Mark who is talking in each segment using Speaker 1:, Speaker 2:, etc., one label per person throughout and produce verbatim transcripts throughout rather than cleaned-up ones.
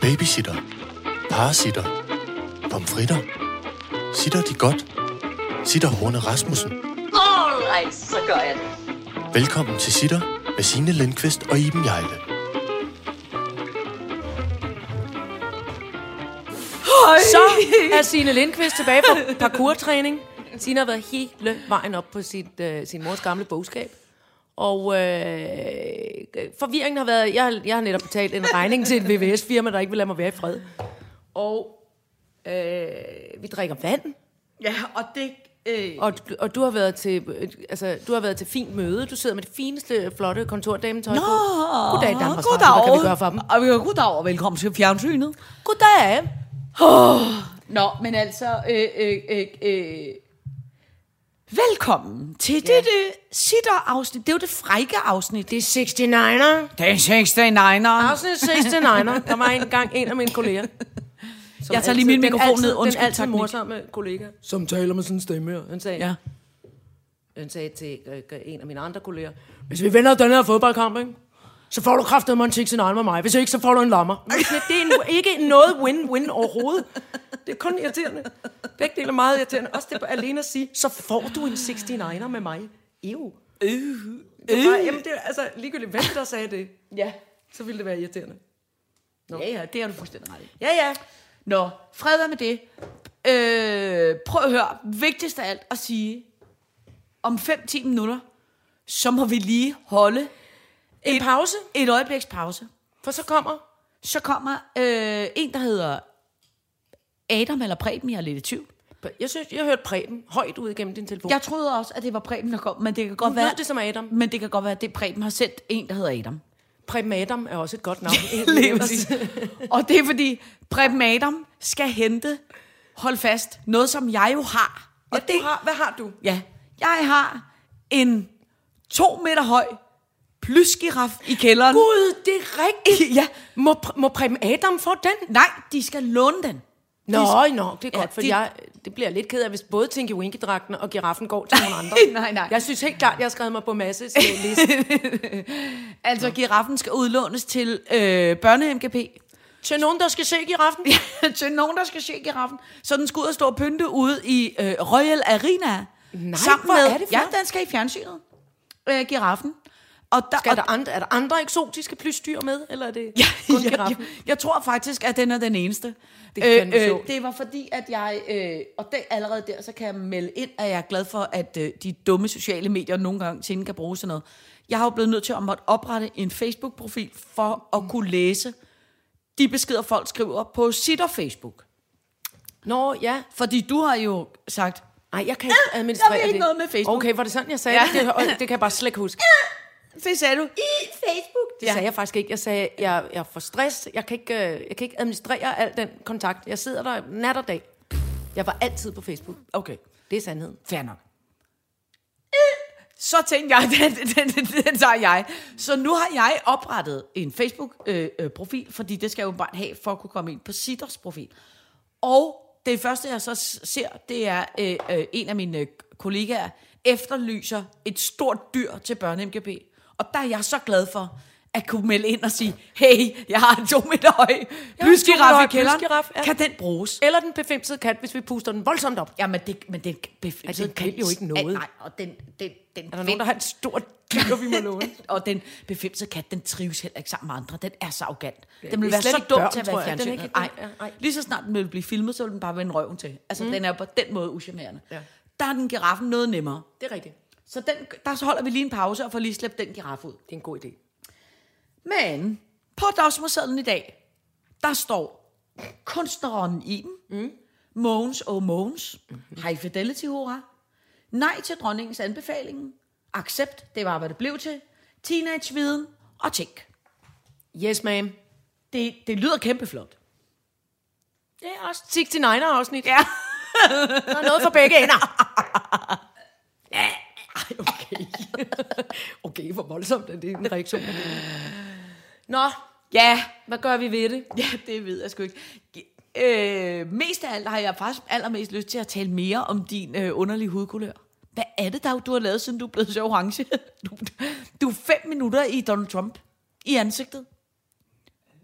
Speaker 1: Babysitter. Parasitter. Pomfritter. Sitter de godt? Sitter Horne Rasmussen.
Speaker 2: Alright, så gør jeg det.
Speaker 1: Velkommen til Sitter med Signe Lindqvist og Iben Hjejle.
Speaker 3: Så er Signe Lindqvist tilbage fra parkour-træning. Signe har været hele vejen op på sit, øh, sin mors gamle bogskab. Og øh, forvirringen har været... Jeg har, jeg har netop betalt en regning til et V V S-firma, der ikke vil lade mig være i fred. Og øh, vi drikker vand.
Speaker 4: Ja, og det... Øh...
Speaker 3: Og, og du har været til øh, altså du har været til fint møde. Du sidder med det fineste, flotte kontordametøj på. Goddag, Danmarks Radio. Hvad kan vi gøre for dem?
Speaker 4: Og vi har goddag og velkommen til fjernsynet.
Speaker 3: Goddag.
Speaker 4: Oh. Nå, men altså... Øh, øh, øh, øh. Velkommen til ja. dette sitter-afsnit. Det er jo det frække afsnit.
Speaker 3: Det er seksogtyverne.
Speaker 4: Det er seksogtyverne.
Speaker 3: Afsnit seksogtyverne. Der var engang en af mine kolleger.
Speaker 4: Jeg tager lige min mikrofon
Speaker 3: altid,
Speaker 4: ned. Undskyld,
Speaker 3: den altid morsomme kollega, som taler med sådan en stemme her. Han sagde,
Speaker 4: ja.
Speaker 3: han sagde til øh, en af mine andre kolleger, hvis vi vinder den her fodboldkamp, ikke, så får du kraftet mig en seksogtyve med mig. Hvis ikke, så får du en lammer. Det er ikke noget win-win overhovedet. Det er kun irriterende. Begge dele er meget irriterende. Også det alene at sige, så får du en seksogtyve med mig. Ew.
Speaker 4: Øh.
Speaker 3: Øh. Jamen, det er altså ligegyldigt, hvem der sagde det.
Speaker 4: Ja.
Speaker 3: Så ville det være irriterende.
Speaker 4: Nå. Ja, ja, det er du fuldstændig ret i.
Speaker 3: Ja, ja.
Speaker 4: Nå, fred være med det. Øh, prøv at høre. Vigtigst af alt at sige, om fem til ti minutter, så må vi lige holde
Speaker 3: en
Speaker 4: et,
Speaker 3: pause.
Speaker 4: Et øjebliks pause.
Speaker 3: For så kommer,
Speaker 4: så kommer øh, en, der hedder Adam eller Preben, jeg er lidt i tvivl.
Speaker 3: Jeg synes, jeg har hørt Preben højt ud igennem din telefon.
Speaker 4: Jeg troede også, at det var Preben, der kom, men det kan godt
Speaker 3: Hun
Speaker 4: være
Speaker 3: det som Adam.
Speaker 4: Men det kan godt være, at det Preben har sendt en, der hedder Adam.
Speaker 3: Preben Adam er også et godt navn.
Speaker 4: Og det er fordi Preben Adam skal hente, hold fast, noget som jeg jo har.
Speaker 3: Og ja, det, har, hvad har du?
Speaker 4: Ja, jeg har en to meter høj plysgiraf i kælderen.
Speaker 3: Gud, det er rigtigt.
Speaker 4: Ja.
Speaker 3: Må, må Preben Adam få den?
Speaker 4: Nej, de skal låne den.
Speaker 3: Nå, de, nå, det er godt, ja, for de, jeg, det bliver lidt ked af, hvis både Tinky Winky-dragten og giraffen går til nogle andre.
Speaker 4: nej, nej.
Speaker 3: Jeg synes helt klart, jeg har skrevet mig på Masses liste.
Speaker 4: Altså, giraffen skal udlånes til øh, børne-M G P.
Speaker 3: Til nogen, der skal se giraffen?
Speaker 4: Ja, til nogen, der skal se giraffen. Så den skal ud og stå og pynte ude i øh, Royal Arena.
Speaker 3: Nej,
Speaker 4: sammen
Speaker 3: hvor
Speaker 4: med,
Speaker 3: er det for?
Speaker 4: Ja, den skal i fjernsynet. Øh, giraffen. Og der,
Speaker 3: skal
Speaker 4: og,
Speaker 3: der andre, er der andre eksotiske plysdyr med, eller er det
Speaker 4: ja,
Speaker 3: kun
Speaker 4: ja,
Speaker 3: giraffen?
Speaker 4: Ja, jeg tror faktisk, at den er den eneste.
Speaker 3: Det, øh, øh,
Speaker 4: det var fordi, at jeg, øh, og det, allerede der, så kan jeg melde ind, at jeg er glad for, at øh, de dumme sociale medier nogle gange til kan bruge sådan noget. Jeg har jo blevet nødt til at måtte oprette en Facebook-profil for at kunne læse de beskeder, folk skriver på Sitter Facebook.
Speaker 3: Nå, ja.
Speaker 4: Fordi du har jo sagt,
Speaker 3: nej, jeg kan ikke administrere det.
Speaker 4: Jeg ved ikke noget med Facebook.
Speaker 3: Okay, var det sådan, jeg sagde
Speaker 4: ja.
Speaker 3: det? Det, det kan jeg bare slet ikke huske.
Speaker 4: Det sagde du. I Facebook.
Speaker 3: Det ja. sagde jeg faktisk ikke. Jeg sagde, jeg, jeg får stress. Jeg kan, ikke, jeg kan ikke administrere al den kontakt. Jeg sidder der nat og dag. Jeg var altid på Facebook.
Speaker 4: Okay.
Speaker 3: Det er sandheden.
Speaker 4: Fair nok. Så tænkte jeg, den, den, den, den tager jeg. Så nu har jeg oprettet en Facebook-profil, øh, fordi det skal jeg jo bare have, for at kunne komme ind på Sitters profil. Og det første, jeg så ser, det er øh, øh, en af mine kollegaer efterlyser et stort dyr til børne-M G P. Og der er jeg så glad for at kunne melde ind og sige, hey, jeg har en to meter høj plysgiraf i kælderen. Ja. Kan den bruges?
Speaker 3: Eller den befimsede kat, hvis vi puster den voldsomt op.
Speaker 4: Ja, men, det, men den befimsede
Speaker 3: kat kan jo ikke noget.
Speaker 4: Nej, og den, den, den
Speaker 3: er der nogen, der har et stort dyr, vi må låne?
Speaker 4: Og den befimsede kat, den trives heller ikke sammen med andre. Den er så arrogant.
Speaker 3: Ja,
Speaker 4: den vil være så dum til at være fjernsynet.
Speaker 3: Nej,
Speaker 4: lige så snart den vil blive filmet, så vil den bare vende røven til. Altså, mm. den er på den måde uschammerende. Ja. Der er den giraffen noget nemmere.
Speaker 3: Det er rigtigt.
Speaker 4: Så den, der så holder vi lige en pause og får lige slæbt den giraf ud.
Speaker 3: Det er en god idé.
Speaker 4: Men på dagsmodsedlen i dag, der står kunstneren Iben, mm. Mogens og Mogens, mm-hmm. High Fidelity Hurra, nej til dronningens anbefalingen, accept, det var hvad det blev til, teenageviden og tænk.
Speaker 3: Yes, ma'am.
Speaker 4: Det, det lyder kæmpeflot.
Speaker 3: Det er også seksogtyve afsnit.
Speaker 4: Ja.
Speaker 3: Der er noget for begge ender.
Speaker 4: Ja. Ej, okay.
Speaker 3: Okay, hvor voldsomt er det en reaktion. Nå,
Speaker 4: ja,
Speaker 3: hvad gør vi ved det?
Speaker 4: Ja, det ved jeg sgu ikke. Øh, mest af alt har jeg faktisk allermest lyst til at tale mere om din øh, underlige hudkulør. Hvad er det, der du har lavet, siden du er blevet så orange? Du, du er fem minutter i Donald Trump i ansigtet.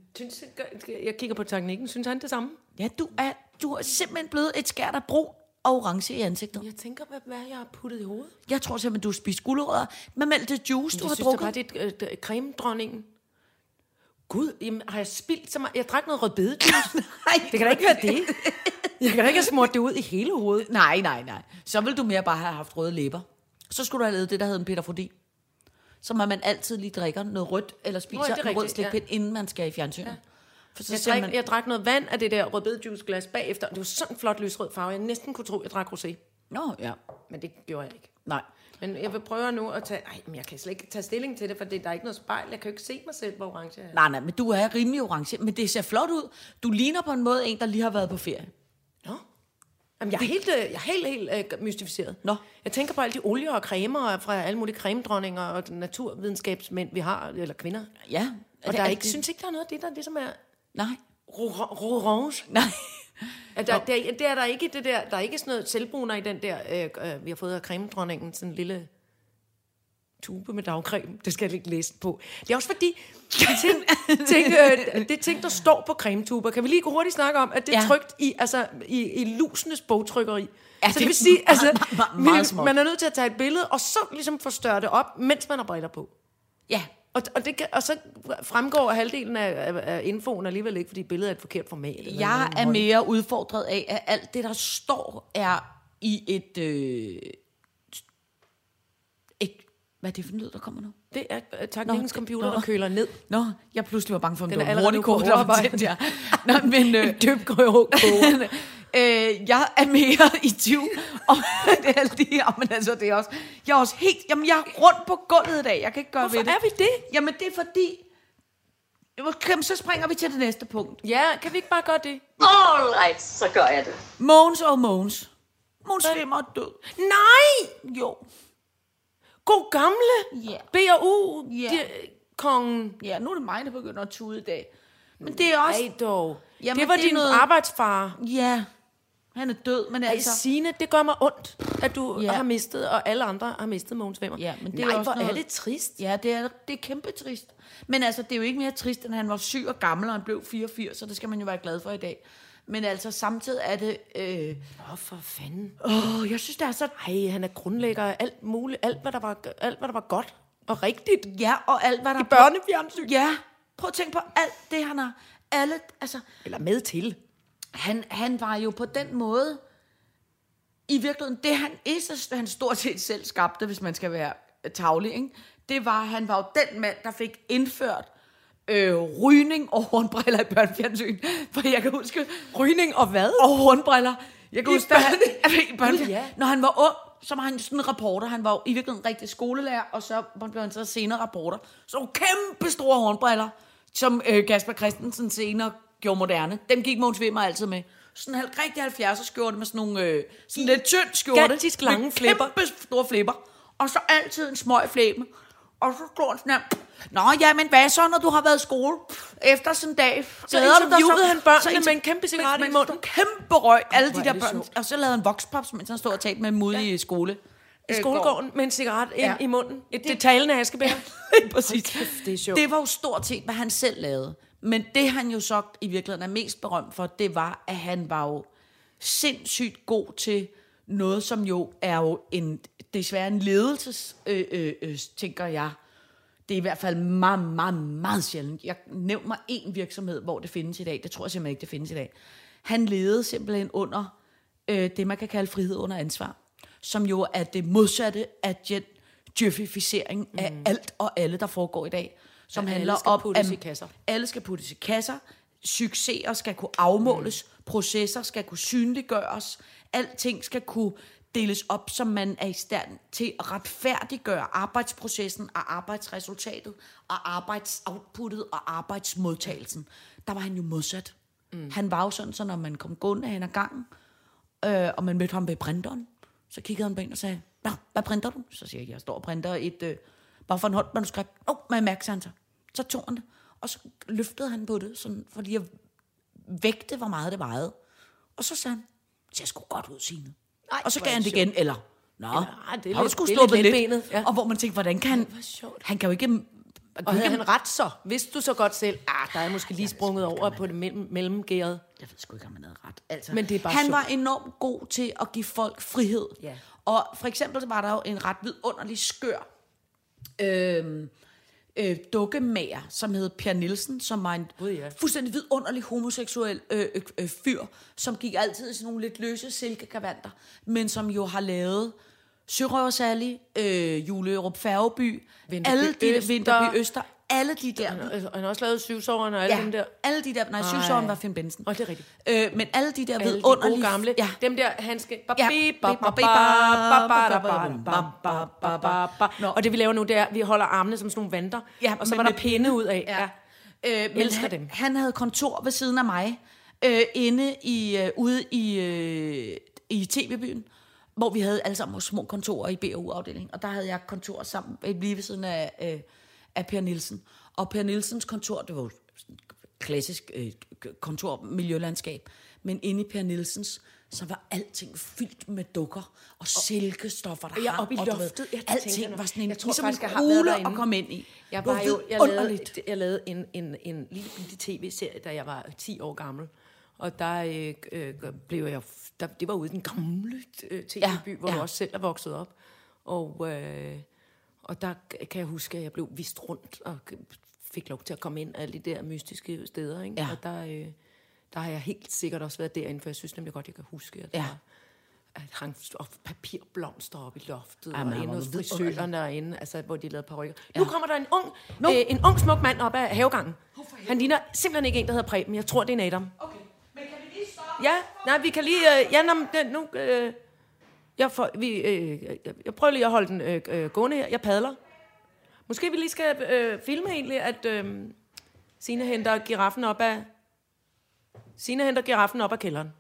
Speaker 3: Synes, jeg kigger på teknikken. Synes han det samme?
Speaker 4: Ja, du er, du er simpelthen blevet et skært af brun og orange i ansigtet.
Speaker 3: Jeg tænker, hvad, hvad jeg har puttet i hovedet.
Speaker 4: Jeg tror simpelthen, du har spist gulerødder med mælket juice, du
Speaker 3: jeg
Speaker 4: har
Speaker 3: synes,
Speaker 4: drukket.
Speaker 3: Det var det, øh, creme-dronningen. Gud, jamen, har jeg spildt så meget? Jeg drak noget rødbedejuice. Nej, det kan da ikke være det. Jeg kan da ikke have smurt det ud i hele hovedet.
Speaker 4: Nej, nej, nej. Så vil du mere bare have haft røde læber. Så skulle du have lavet det, der hedder en peterfodi. Som at man altid lige drikker noget rødt, eller spiser
Speaker 3: Nå,
Speaker 4: en rød slikpind, ja. Inden man skal i fjernsynet. Ja.
Speaker 3: For så jeg, drik, man... jeg drak noget vand af det der rødbedejuiceglas bagefter. Det var sådan en flot lysrød farve. Jeg næsten kunne tro, at jeg drak rosé.
Speaker 4: Nå, ja.
Speaker 3: Men det gjorde jeg ikke.
Speaker 4: Nej.
Speaker 3: Men jeg vil prøve nu at tage... Ej, men jeg kan slet ikke tage stilling til det, for det, der er ikke noget spejl. Jeg kan jo ikke se mig selv, hvor orange jeg er.
Speaker 4: Nej, nej, men du er rimelig orange. Men det ser flot ud. Du ligner på en måde en, der lige har været på ferie.
Speaker 3: Nå. Jamen, jeg er helt, jeg er helt, helt uh, mystificeret.
Speaker 4: Nå.
Speaker 3: Jeg tænker på alle de olier og cremer fra alle mulige cremedronninger og naturvidenskabsmænd, vi har, eller kvinder.
Speaker 4: Ja.
Speaker 3: Og der er ikke, det... synes ikke, der er noget af det, der ligesom er...
Speaker 4: Nej.
Speaker 3: Orange.
Speaker 4: Nej.
Speaker 3: At der, der, der, er der ikke det der, der er ikke sådan noget selvbruner i den der, øh, øh, vi har fået af cremedronningen, sådan en lille tube med dagcreme. Det skal jeg ikke læse på. Det er også fordi, det ting, ting, øh, det ting, der står på cremetuber, kan vi lige hurtigt snakke om, at det er ja. trykt i, altså, i, i lusenes bogtrykkeri.
Speaker 4: Ja,
Speaker 3: så det,
Speaker 4: det
Speaker 3: vil sige, altså,
Speaker 4: meget, meget, meget
Speaker 3: man er nødt til at tage et billede, og så ligesom forstørre det op, mens man har briller på.
Speaker 4: Ja.
Speaker 3: Og, og, det kan, og så fremgår halvdelen af, af, af infoen alligevel ikke, fordi billedet er et forkert format. Eller
Speaker 4: Jeg
Speaker 3: noget,
Speaker 4: er mere udfordret af, at alt det, der står, er i et... Øh, et hvad er det for en lyd, der kommer nu?
Speaker 3: Det er uh, teknikkens computer, der køler ned.
Speaker 4: Nå, jeg pludselig var bange for, om
Speaker 3: Den
Speaker 4: det var en hurtig kode, der var tændt, ja. Nå, men... Øh,
Speaker 3: Døb koger.
Speaker 4: øh, jeg er mere i tvivl om det er lige, men altså, det er også... Jeg er også helt... Jamen, jeg er rundt på gulvet i dag. Jeg kan ikke gøre
Speaker 3: Hvorfor
Speaker 4: ved det.
Speaker 3: er vi det?
Speaker 4: Jamen, det er fordi... Jamen, så springer vi til det næste punkt.
Speaker 3: Ja, kan vi ikke bare gøre det?
Speaker 2: All right, så gør jeg det.
Speaker 4: Mogens og Mogens. Mogens Flimmer er død.
Speaker 3: Nej!
Speaker 4: Jo.
Speaker 3: God gamle
Speaker 4: Ja.
Speaker 3: B og U
Speaker 4: Ja.
Speaker 3: kongen.
Speaker 4: Ja, nu er det mig, der begynder at tude i dag. Men det er også...
Speaker 3: Ej dog.
Speaker 4: Jamen,
Speaker 3: det var
Speaker 4: det er
Speaker 3: din
Speaker 4: noget-
Speaker 3: arbejdsfar.
Speaker 4: Ja, han er død, men
Speaker 3: Ej,
Speaker 4: altså...
Speaker 3: Signe, det gør mig ondt, at du
Speaker 4: Ja.
Speaker 3: har mistet, og alle andre har mistet Mogens Flimmer.
Speaker 4: Ja, men det er
Speaker 3: Nej,
Speaker 4: også
Speaker 3: hvor er
Speaker 4: noget-
Speaker 3: det trist.
Speaker 4: Ja, det er, det er kæmpe trist. Men altså, det er jo ikke mere trist, end han var syg og gammel, og han blev fireogfirs, så det skal man jo være glad for i dag. Men altså, samtidig er det... Øh,
Speaker 3: Åh, for fanden.
Speaker 4: åh, jeg synes, det er så...
Speaker 3: Ej, han er grundlægger af alt muligt. Alt, hvad der var, alt, hvad der var godt og rigtigt.
Speaker 4: Ja, og alt, hvad der...
Speaker 3: I børnefjernsyn.
Speaker 4: Ja, prøv at tænke på alt det, han har... Alle, altså...
Speaker 3: Eller med til.
Speaker 4: Han, han var jo på den måde... I virkeligheden, det han eneste, han stort set selv skabte, hvis man skal være tavlig, ikke? Det var, han var jo den mand, der fik indført øh, rygning og hornbriller i børnefjernsyn. For jeg kan huske...
Speaker 3: Rygning og hvad?
Speaker 4: Og hornbriller. Jeg kan
Speaker 3: I
Speaker 4: huske, da han,
Speaker 3: børne-
Speaker 4: i børnefjernsyn.
Speaker 3: Gud, ja.
Speaker 4: Når han var ung, så var han sådan en reporter. Han var jo i virkeligheden en rigtig skolelærer, og så blev han så senere reporter. Så nogle kæmpe store hornbriller, som øh, Kasper Christensen senere gjorde moderne. Dem gik Mogens Flimmer altid med. Sådan en rigtig halvfjerdser skjorte med sådan nogle øh, sådan lidt tynd skjorte.
Speaker 3: Gigantisk lange
Speaker 4: med
Speaker 3: flipper.
Speaker 4: Kæmpe store flipper. Og så altid en smøg flæbe. Og så stod han sådan her. Nå, ja, men hvad så, når du har været i skole? Efter sådan en dag.
Speaker 3: Så interviewede han børnene med en kæmpe cigaret i munden.
Speaker 4: Kæmpe røg, alle
Speaker 3: hvor
Speaker 4: de
Speaker 3: er
Speaker 4: der
Speaker 3: det
Speaker 4: børn.
Speaker 3: sjovt.
Speaker 4: Og så lavede han vokspops, mens han stod og talte med dem ude ja. i skole.
Speaker 3: I skolegården med en cigaret ind
Speaker 4: Ja.
Speaker 3: i munden. Et det talende askebær.
Speaker 4: Præcis.
Speaker 3: Kæft, det er sjovt.
Speaker 4: Det var jo stort set, hvad han selv lavede. Men det, han jo så i virkeligheden er mest berømt for, det var, at han var jo sindssygt god til noget, som jo er jo en, desværre en ledelses, øh, øh, øh, tænker jeg. Det er i hvert fald meget, meget, meget sjældent. Jeg nævner mig én virksomhed, hvor det findes i dag. Det tror jeg simpelthen ikke, det findes i dag. Han ledede simpelthen under øh, det, man kan kalde frihed under ansvar, som jo er det modsatte af gentrificering mm. af alt og alle, der foregår i dag. Som
Speaker 3: Ja,
Speaker 4: handler
Speaker 3: alle skal
Speaker 4: om,
Speaker 3: puttes
Speaker 4: at
Speaker 3: i kasser.
Speaker 4: alle skal puttes i kasser, succeser skal kunne afmåles, mm. processer skal kunne synliggøres, alting skal kunne deles op, så man er i stand til at retfærdiggøre arbejdsprocessen og arbejdsresultatet og arbejdsoutputtet og arbejdsmodtagelsen. Der var han jo modsat. Mm. Han var jo sådan, så når man kom gående hen ad gangen, øh, og man mødte ham ved printeren, så kiggede han på en og sagde, Nå, hvad printer du? Så siger jeg, jeg står og printer et, øh, bare for en hånd manuskript. Åh, oh, med mærksanser. Så tog han det, og så løftede han på det, sådan, for lige at vægte, hvor meget det vejede. Og så sagde han, det ser sgu godt ud, Signe.
Speaker 3: Ej,
Speaker 4: Og så
Speaker 3: hvor
Speaker 4: gav
Speaker 3: er
Speaker 4: han
Speaker 3: det
Speaker 4: det igen, eller, nå,
Speaker 3: Ja, det er
Speaker 4: har du
Speaker 3: lidt-
Speaker 4: sgu
Speaker 3: det er
Speaker 4: sluppet
Speaker 3: lidt
Speaker 4: lidt.
Speaker 3: letbenet, ja.
Speaker 4: Og hvor man tænker, hvordan kan han,
Speaker 3: Hvor sjovt.
Speaker 4: han kan jo ikke
Speaker 3: Og havde han ret så? Vidste du så godt selv, ah, der er måske lige sprunget over på det mellem, mellemgæret.
Speaker 4: Jeg ved sgu ikke, om han havde ret. Altså,
Speaker 3: Men det er bare
Speaker 4: han
Speaker 3: sjovt.
Speaker 4: var enormt god til at give folk frihed.
Speaker 3: Ja.
Speaker 4: Og for eksempel var der jo en ret vidunderlig skør øh, øh, dukkemager, som hed Per Nielsen, som var en
Speaker 3: Gud, ja.
Speaker 4: fuldstændig vidunderlig homoseksuel øh, øh, øh, fyr, som gik altid i sådan nogle lidt løse silkegavanter, men som jo har lavet Sørøver Sally, øh, Julerup Færgeby,
Speaker 3: Vinterby
Speaker 4: alle de
Speaker 3: Øster.
Speaker 4: Vinterby Øster, alle de der.
Speaker 3: Han har også lavet Syvsoveren og alle
Speaker 4: Ja,
Speaker 3: dem der.
Speaker 4: alle de der. Nej, Syvsoveren var Finn Benson.
Speaker 3: Og det er rigtigt.
Speaker 4: Øh, men alle de der
Speaker 3: Alle de
Speaker 4: vidunderlige...
Speaker 3: gode gamle.
Speaker 4: Ja.
Speaker 3: Dem der, han skal...
Speaker 4: Ja.
Speaker 3: Og det vi laver nu, det er, at vi holder armene som sådan nogle vanter.
Speaker 4: Ja,
Speaker 3: og så
Speaker 4: men
Speaker 3: var der
Speaker 4: med
Speaker 3: pinde ud af. Ja.
Speaker 4: Øh, men
Speaker 3: Elsker
Speaker 4: han,
Speaker 3: dem.
Speaker 4: han havde kontor ved siden af mig, øh, inde i, øh, ude i, øh, i T V-byen, hvor vi havde alle sammen vores små kontorer i B og U-afdelingen. Og der havde jeg kontor sammen, lige ved siden af, øh, af Per Nielsen. Og Per Nielsens kontor, det var jo sådan et klassisk øh, kontormiljølandskab. Men inde i Per Nielsens, så var alting fyldt med dukker og silkestoffer, der
Speaker 3: Ja,
Speaker 4: hang,
Speaker 3: oppe i
Speaker 4: og du ved,
Speaker 3: loftet. Ja, det tænker jeg
Speaker 4: alting
Speaker 3: nok.
Speaker 4: var sådan en,
Speaker 3: Jeg tror
Speaker 4: ligesom
Speaker 3: faktisk,
Speaker 4: en
Speaker 3: jeg har været
Speaker 4: kugle
Speaker 3: derinde.
Speaker 4: at komme ind i.
Speaker 3: Jeg,
Speaker 4: Det var
Speaker 3: var jo, jeg,
Speaker 4: vidunderligt.
Speaker 3: lavede, jeg lavede en, en, en lille bitte tv-serie, da jeg var ti år gammel. Og der øh, øh, blev jeg... Der, det var ude i den gamle øh, tv-by,
Speaker 4: Ja,
Speaker 3: hvor
Speaker 4: ja.
Speaker 3: du også selv er vokset op. Og, øh, og der kan jeg huske, at jeg blev vist rundt og fik lov til at komme ind alle de der mystiske steder. Ikke?
Speaker 4: Ja.
Speaker 3: Og der, øh, der har jeg helt sikkert også været derinde, for jeg synes nemlig godt, jeg kan huske, at der
Speaker 4: Ja.
Speaker 3: at hang papirblomster op i loftet,
Speaker 4: Ej, men
Speaker 3: og
Speaker 4: han
Speaker 3: inde
Speaker 4: var
Speaker 3: hos
Speaker 4: vidunderlig.
Speaker 3: frisørerne og inde, altså, hvor de lavede parykker.
Speaker 4: Ja.
Speaker 3: Nu kommer der en ung,
Speaker 4: Nå.
Speaker 3: øh, en ung smuk mand op ad havegangen. Han ligner simpelthen ikke en, der hedder Preben. Jeg tror, det er en Adam.
Speaker 4: Okay, men kan vi lige stoppe?
Speaker 3: Ja, nej, vi kan lige... Øh, ja, nå, men det- nu... Øh, jeg, får, vi, øh, jeg, jeg prøver lige at holde den øh, øh, gående her. Jeg padler. Måske vi lige skal øh, filme egentlig, at øh, Signe henter giraffen op af... Signe henter giraffen op af kælderen.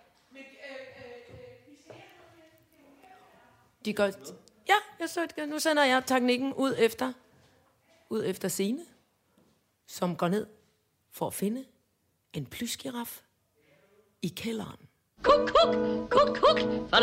Speaker 3: De går... Ja, jeg så, nu sender jeg teknikken ud efter... Ud efter Signe, som går ned for at finde en plysgiraf i kælderen.
Speaker 2: Kuk, kuk, kuk, kuk.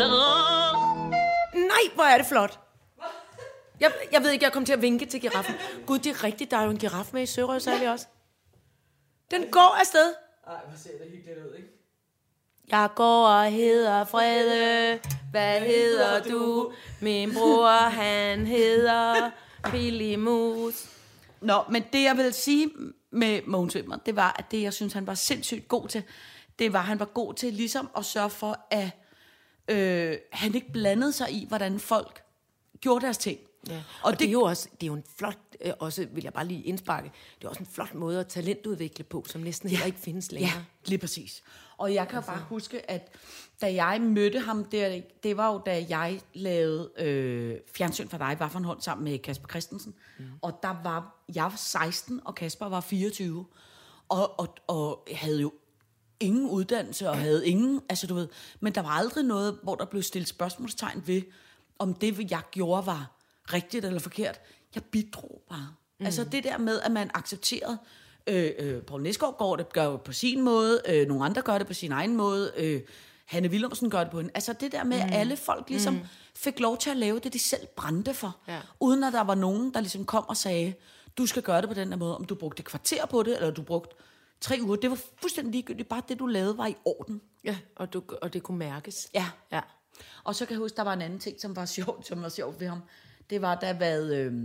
Speaker 3: Nej, hvor er det flot. Jeg, jeg ved ikke, jeg kom til at vinke til giraffen. Gud, det er rigtigt, der er jo en giraf med i Sørøver Sally også. Den går afsted.
Speaker 4: Ej, hvor ser det hyggeligt ud, ikke?
Speaker 3: Jeg går og hedder Frede. Hvad hedder du? Min bror, han hedder Billy Mus.
Speaker 4: Nå, men det jeg vil sige med Mogens Wimmer, det var, at det jeg synes, han var sindssygt god til, det var, at han var god til ligesom at sørge for, at øh, han ikke blandede sig i, hvordan folk gjorde deres ting.
Speaker 3: Ja. Og,
Speaker 4: Og
Speaker 3: og det,
Speaker 4: det-
Speaker 3: det er jo også, det er jo en flot, øh, også vil jeg bare lige indsparke, det er også en flot måde at talentudvikle på, som næsten heller ikke findes længere.
Speaker 4: Ja, lige præcis. Og jeg kan altså. bare huske, at da jeg mødte ham, det, det var jo da jeg lavede øh, Fjernsyn for dig, var for en hånd sammen med Kasper Christensen. Mm. Og der var, jeg var seksten, og Kasper var fireogtyve. Og, og, og jeg havde jo ingen uddannelse, og havde ingen, altså du ved, men der var aldrig noget, hvor der blev stillet spørgsmålstegn ved, om det, jeg gjorde, var rigtigt eller forkert. Jeg bidrog bare. Mm. Altså det der med, at man accepterede, øh, øh, Poul Nesgaard går det, gør det på sin måde, øh, nogle andre gør det på sin egen måde, øh, Hanne Willumsen gør det på en. Altså det der med, mm. at alle folk ligesom mm. fik lov til at lave det, de selv brændte for.
Speaker 3: Ja.
Speaker 4: Uden at der var nogen, der ligesom kom og sagde, du skal gøre det på den her måde. Om du brugte et kvarter på det, eller du brugte tre uger. Det var fuldstændig ligegyldigt. Bare det, du lavede, var i orden.
Speaker 3: Ja, og, du, og det kunne mærkes.
Speaker 4: Ja.
Speaker 3: Ja.
Speaker 4: Og så kan jeg huske, der var en anden ting, som var sjovt, som var sjovt ved ham. Det var, da, hvad, øh,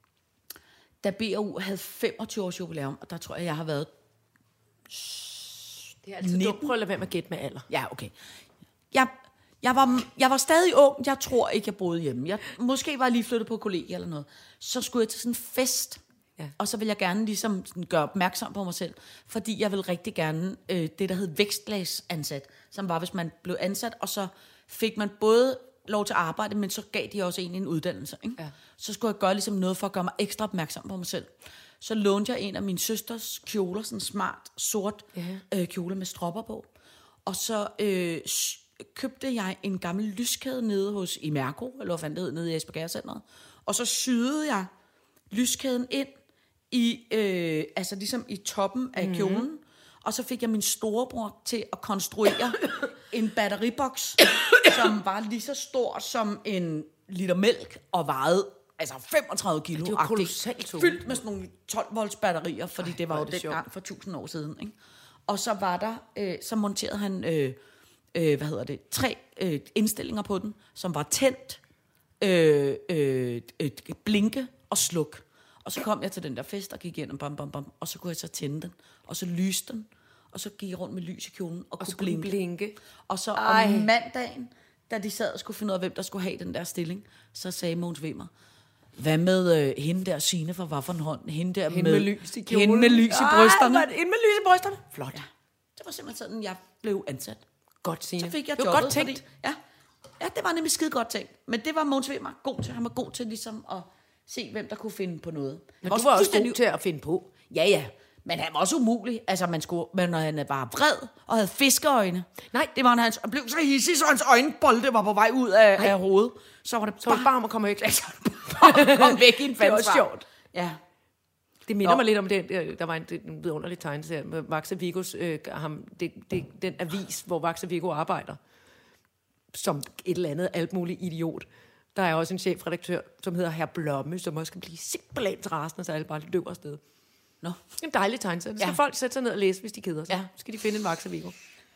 Speaker 4: da B og U havde femogtyve års jubilæum, og der tror jeg, jeg har været...
Speaker 3: Det er altid
Speaker 4: nitten.
Speaker 3: dumt. Prøv at lade være med at gætte med alder.
Speaker 4: Ja, okay. Jeg, jeg, var, jeg var stadig ung. Jeg tror ikke, jeg boede hjemme. Jeg, måske var jeg lige flyttet på kollegie eller noget. Så skulle jeg til sådan en fest.
Speaker 3: Ja.
Speaker 4: Og så ville jeg gerne ligesom sådan gøre opmærksom på mig selv. Fordi jeg ville rigtig gerne øh, det, der hed vækstglasansat. Som var, hvis man blev ansat, og så fik man både lov til at arbejde, men så gav de også egentlig en uddannelse. Ikke?
Speaker 3: Ja.
Speaker 4: Så skulle jeg gøre ligesom noget for at gøre mig ekstra opmærksom på mig selv. Så lånte jeg en af min søsters kjoler, sådan en smart, sort
Speaker 3: Ja.
Speaker 4: øh, kjole med stropper på. Og så øh, s- købte jeg en gammel lyskæde nede hos Imerco, eller hvad fanden det hed, nede i Esbjerg-centret. Og så syede jeg lyskæden ind i, øh, altså ligesom i toppen af mm-hmm. kjolen. Og så fik jeg min storebror til at konstruere en batteriboks, som var lige så stor som en liter mælk, og vejede altså femogtredive kilo.
Speaker 3: Det er jo kolossalt tungt.
Speaker 4: Fyldt med sådan nogle tolv volts batterier, fordi Ej, det var jo
Speaker 3: det sjovt.
Speaker 4: dengang for tusind år siden. Ikke? Og så var der, øh, så monterede han, øh, øh, hvad hedder det, tre øh, indstillinger på den, som var tændt, øh, øh, øh, blinke og sluk. Og så kom jeg til den der fest og gik igennem, bam, bam, bam, og så kunne jeg så tænde den, og så lyste den, og så gik jeg rundt med lys i kjolen og, og kunne blinke.
Speaker 3: blinke.
Speaker 4: Og så
Speaker 3: Ej.
Speaker 4: om mandagen, da de sad og skulle finde ud af, hvem der skulle have den der stilling, så sagde Mogens Wimmer, hvad med øh, hende der Signe fra Waffenhånd, hende der
Speaker 3: Hende
Speaker 4: med,
Speaker 3: med lys i kjolen.
Speaker 4: hende med lys i brysterne.
Speaker 3: Ej, hende med lys i brysterne. Flot.
Speaker 4: Ja, det var simpelthen sådan, jeg blev ansat.
Speaker 3: Godt, Signe.
Speaker 4: Så fik jeg
Speaker 3: det var
Speaker 4: jobbet,
Speaker 3: godt tænkt.
Speaker 4: Fordi, ja, ja, det var nemlig skide godt tænkt. Men det var Mogens Wimmer god til. Han var god til ligesom at se, hvem der kunne finde på noget.
Speaker 3: Men du var også god til at finde på.
Speaker 4: Ja, ja. Men han var også umulig. Altså, man skulle, men når han var vred og havde fiskeøjne.
Speaker 3: Nej.
Speaker 4: Det var, når han blev så hissig, så hans øjenbolde var på vej ud af, af hovedet. Så var det
Speaker 3: Så var det bare om at komme væk.
Speaker 4: Altså, bare komme væk i en
Speaker 3: Det var
Speaker 4: fandsvar.
Speaker 3: sjovt.
Speaker 4: Ja.
Speaker 3: Det minder
Speaker 4: Nå.
Speaker 3: mig lidt om den, der var en, en vidunderlig tegneserie med Vaxa Vigos, øh, ham, det, det, den avis, hvor Vaxa Vigo arbejder, som et eller andet alt muligt idiot. Der er også en chefredaktør, som hedder Herr Blomme, som også kan blive simpelthen så rasende, så alle bare løber afsted.
Speaker 4: Nå.
Speaker 3: En dejlig tegneserie. Så skal
Speaker 4: Ja.
Speaker 3: folk sætte sig ned og læse, hvis de keder sig.
Speaker 4: Ja.
Speaker 3: Så skal de finde en Vaxa Vigo.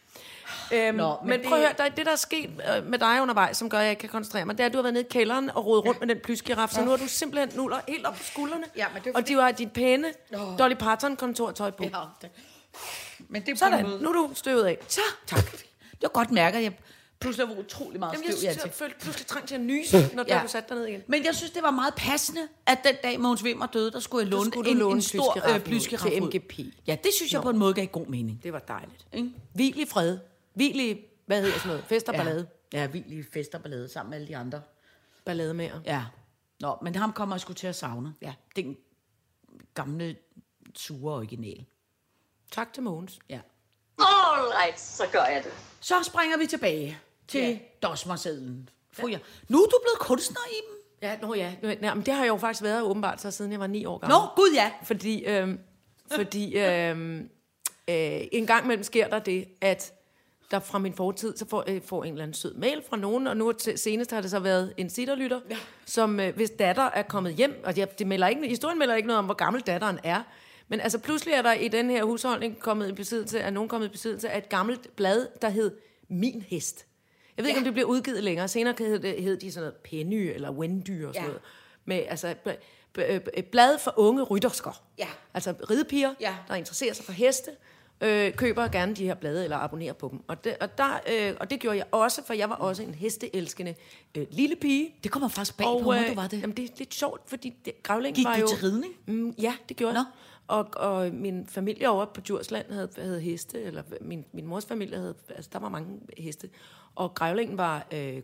Speaker 3: Øhm,
Speaker 4: Nå,
Speaker 3: men
Speaker 4: men
Speaker 3: men prøv
Speaker 4: det-
Speaker 3: at høre, der, det der er sket øh, med dig undervejs, som gør, at jeg ikke kan koncentrere mig, det er, at du har været nede i kælderen og rodet rundt med den plysgiraf, så nu har du simpelthen nuller helt op på skuldrene.
Speaker 4: Ja, men det er
Speaker 3: og
Speaker 4: fordi-
Speaker 3: du har dit pæne
Speaker 4: Åh.
Speaker 3: Dolly Parton-kontortøj på.
Speaker 4: Ja, det. Men det er på
Speaker 3: Sådan,
Speaker 4: en måde-
Speaker 3: nu er du støvet af.
Speaker 4: Så, tak. Det var godt mærket, at jeg pludselig var utrolig meget
Speaker 3: Jamen,
Speaker 4: støv
Speaker 3: jeg,
Speaker 4: i
Speaker 3: jeg, jeg
Speaker 4: ansigtet.
Speaker 3: følte pludselig trang til at nyse, når
Speaker 4: Ja.
Speaker 3: du satte dig ned igen.
Speaker 4: Men jeg synes, det var meget passende, at den dag Mogens Wimmer døde, der skulle jeg låne,
Speaker 3: skulle du
Speaker 4: en,
Speaker 3: låne
Speaker 4: en stor
Speaker 3: plysgiraffen
Speaker 4: øh, plysgiraf
Speaker 3: til
Speaker 4: ud.
Speaker 3: M G P.
Speaker 4: Ja, det synes jeg
Speaker 3: Nå.
Speaker 4: på en måde gav god mening.
Speaker 3: Det var dejligt.
Speaker 4: Ikke?
Speaker 3: Hvil i fred. Hvil i, hvad hedder sådan noget? Fest og ballade.
Speaker 4: Ja, ja vildt i fest og ballade sammen med alle de andre.
Speaker 3: Ballade med jer.
Speaker 4: Ja. Nå, men ham kommer jeg sgu til at savne.
Speaker 3: Ja.
Speaker 4: Den gamle, sure original.
Speaker 3: Tak til Mogens.
Speaker 4: Ja.
Speaker 2: Alright, så gør jeg det.
Speaker 4: Så springer vi tilbage til
Speaker 3: Ja.
Speaker 4: ja. Dosmersedlen. Ja. Ja. Nu er du blevet kunstner i dem.
Speaker 3: Ja, nå ja. ja men det har jeg jo faktisk været åbenbart, så siden jeg var ni år gammel.
Speaker 4: Nå, gud ja.
Speaker 3: Fordi, øhm, fordi øhm, øh, en gang imellem sker der det, at der fra min fortid, så får, øh, får en eller anden sød mail fra nogen, og nu til, senest har det så været en sitterlytter, ja. som øh, hvis datter er kommet hjem, og ja, det melder ikke, historien melder ikke noget om, hvor gammel datteren er, men altså pludselig er der i den her husholdning kommet i besiddelse, er nogen kommet i besiddelse af et gammelt blad, der hed Min Hest. Jeg ved ja. ikke, om det bliver udgivet længere. Senere hed, det, hed de sådan noget Penny eller Wendy og sådan ja. noget. Med, altså, b- b- b- blad for unge ryttersker.
Speaker 4: Ja.
Speaker 3: Altså ridepiger,
Speaker 4: Ja.
Speaker 3: der interesserer sig for heste, øh, køber gerne de her blade eller abonnerer på dem. Og det, og, der, øh, og det gjorde jeg også, for jeg var også en hesteelskende øh, lille pige.
Speaker 4: Det kommer faktisk bag på mig, du var det.
Speaker 3: Jamen, det er lidt sjovt, fordi det, gravlingen
Speaker 4: Gik
Speaker 3: var
Speaker 4: du
Speaker 3: jo...
Speaker 4: til ridning?
Speaker 3: Mm, ja, det gjorde
Speaker 4: Nå.
Speaker 3: jeg. Og, og min familie over på Djursland havde, havde heste, eller min, min mors familie havde, altså der var mange heste. Og grævlingen var, øh,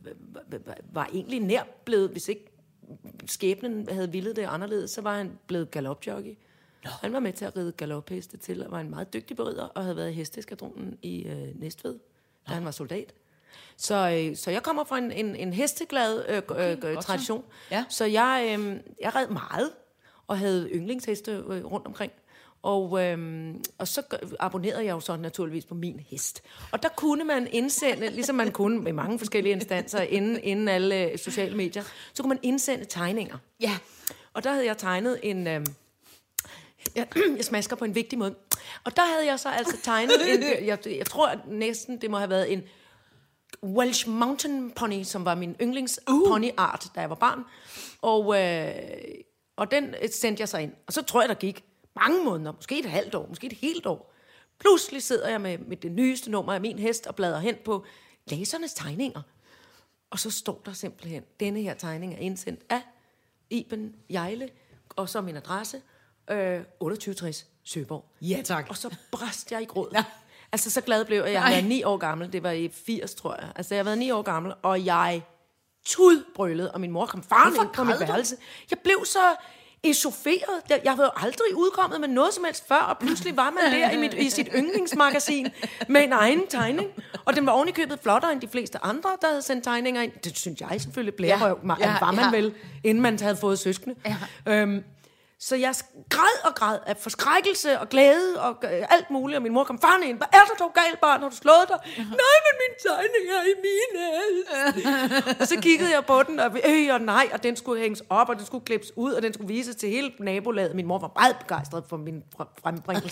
Speaker 3: var egentlig nær blevet, hvis ikke skæbnen havde villet det anderledes, så var han blevet galopjockey. Nå. Han var med til at ride galopheste til, og var en meget dygtig berider, og havde været i hesteskadronen i øh, Næstved, da Nå. han var soldat. Så, øh, så jeg kommer fra en, en, en hesteglad øh, okay, øh, tradition.
Speaker 4: Så. Ja.
Speaker 3: Så jeg, øh, jeg red meget, og havde yndlingsheste øh, rundt omkring. Og, øhm, og så abonnerede jeg jo så naturligvis på Min Hest. Og der kunne man indsende, ligesom man kunne med mange forskellige instanser, inden, inden alle sociale medier, så kunne man indsende tegninger.
Speaker 4: Ja.
Speaker 3: Og der havde jeg tegnet en... Øhm, jeg, jeg smasker på en vigtig måde. Og der havde jeg så altså tegnet en... Jeg, jeg tror at næsten, det må have været en Welsh Mountain Pony, som var min yndlings uh. ponyart, da jeg var barn. Og, øh, og den sendte jeg så ind. Og så tror jeg, der gik mange måneder, måske et halvt år, måske et helt år. Pludselig sidder jeg med, med det nyeste nummer af Min Hest og bladrer hen på læsernes tegninger. Og så står der simpelthen, denne her tegning er indsendt af Iben Jejle, og så min adresse, øh, otteogtyve tres Søborg.
Speaker 4: Ja, tak.
Speaker 3: Og så brast jeg i gråd. Ja. Altså, så glad blev jeg. Jeg har været ni år gammel. Det var i firs, tror jeg. Altså, jeg har været ni år gammel, og jeg tudbrølede, og min mor kom faren ind på mit værelse. Jeg blev så echaufferet. Jeg, jeg var jo aldrig udkommet med noget som helst før, og pludselig var man der i, mit, i sit yndlingsmagasin med en egen tegning. Og den var ovenikøbet flottere end de fleste andre, der havde sendt tegninger ind. Det synes jeg selvfølgelig blærerøv, ja, ja, var man ja. vel, inden man havde fået søskende. Ja. Øhm, Så jeg græd og græd af forskrækkelse og glæde og øh, alt muligt. Og min mor kom farne ind. Hvad er der dog galt, barn? Har du slået dig? Uh-huh. Nej, men min tegning er i min hals. Og så kiggede jeg på den, og øh, og nej, og den skulle hænges op, og den skulle klippes ud, og den skulle vises til hele nabolaget. Min mor var meget begejstret for min frembringelse.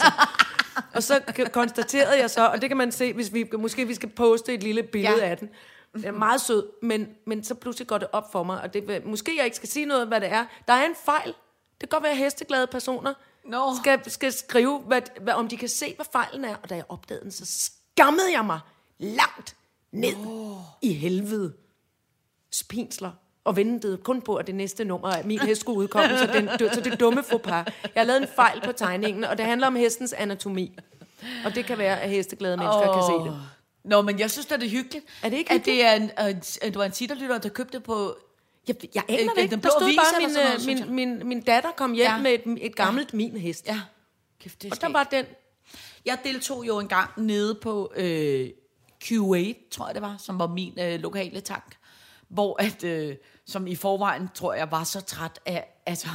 Speaker 3: Og så konstaterede jeg så, og det kan man se, hvis vi måske vi skal poste et lille billede ja. af den. Det er meget sød, men, men så pludselig går det op for mig, og det, måske jeg ikke skal sige noget, hvad det er. Der er en fejl. Det kan godt være, at hesteglade personer no. skal, skal skrive, hvad, hvad, om de kan se, hvad fejlen er. Og da jeg opdagede den, så skammede jeg mig langt ned oh. i helvede. Spinsler. Og ventede kun på, at det næste nummer af min hest skulle udkomme, så, den, så det dumme faux pas. Jeg har lavet en fejl på tegningen, og det handler om hestens anatomi. Og det kan være, at hesteglade mennesker oh. kan se det.
Speaker 4: Nå, men jeg synes, det er hyggeligt.
Speaker 3: Er det ikke
Speaker 4: at det er en, at du er en sitterlytter, der købte på...
Speaker 3: Jeg, jeg aner det ikke. Der stod bare, min, min, min, min, min datter kom hjem ja. med et, et gammelt ja. min hest.
Speaker 4: Ja. Kæft, det
Speaker 3: og der var den.
Speaker 4: Jeg deltog jo engang nede på øh, Q otte, tror jeg det var, som var min øh, lokale tank. Hvor at, øh, som i forvejen, tror jeg, var så træt af... Altså,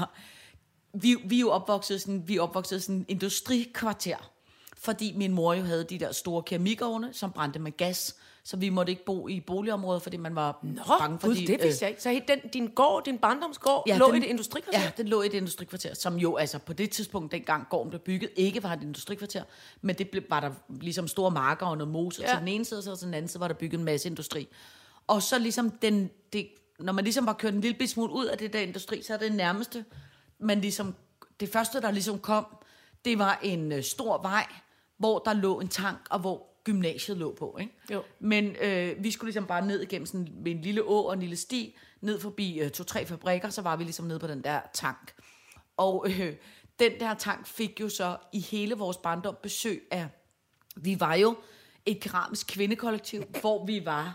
Speaker 4: vi, vi er jo opvokset sådan, vi er opvokset sådan en industrikvarter. Fordi min mor jo havde de der store keramikovne, som brændte med gas. Så vi måtte ikke bo i boligområder, fordi man var Nå, bange for
Speaker 3: Gud,
Speaker 4: de...
Speaker 3: det vidste jeg ikke. Så den, din gård, din barndomsgård, ja, lå den, i et industrikvarter?
Speaker 4: Ja, den lå i et industrikvarter, som jo altså på det tidspunkt, dengang gården blev bygget, ikke var et industrikvarter, men det blev, var der ligesom store marker og noget mose ja. til den ene side, og så til den anden side var der bygget en masse industri. Og så ligesom den... Det, når man ligesom var kørt en lille smule ud af det der industri, så er det nærmeste, man ligesom... Det første, der ligesom kom, det var en øh, stor vej, hvor der lå en tank, og hvor gymnasiet lå på, ikke?
Speaker 3: Jo.
Speaker 4: Men øh, vi skulle ligesom bare ned igennem sådan med en lille å og en lille sti, ned forbi øh, to-tre fabrikker, så var vi ligesom nede på den der tank. Og øh, den der tank fik jo så i hele vores barndom besøg af, vi var jo et keramisk kvindekollektiv, hvor vi var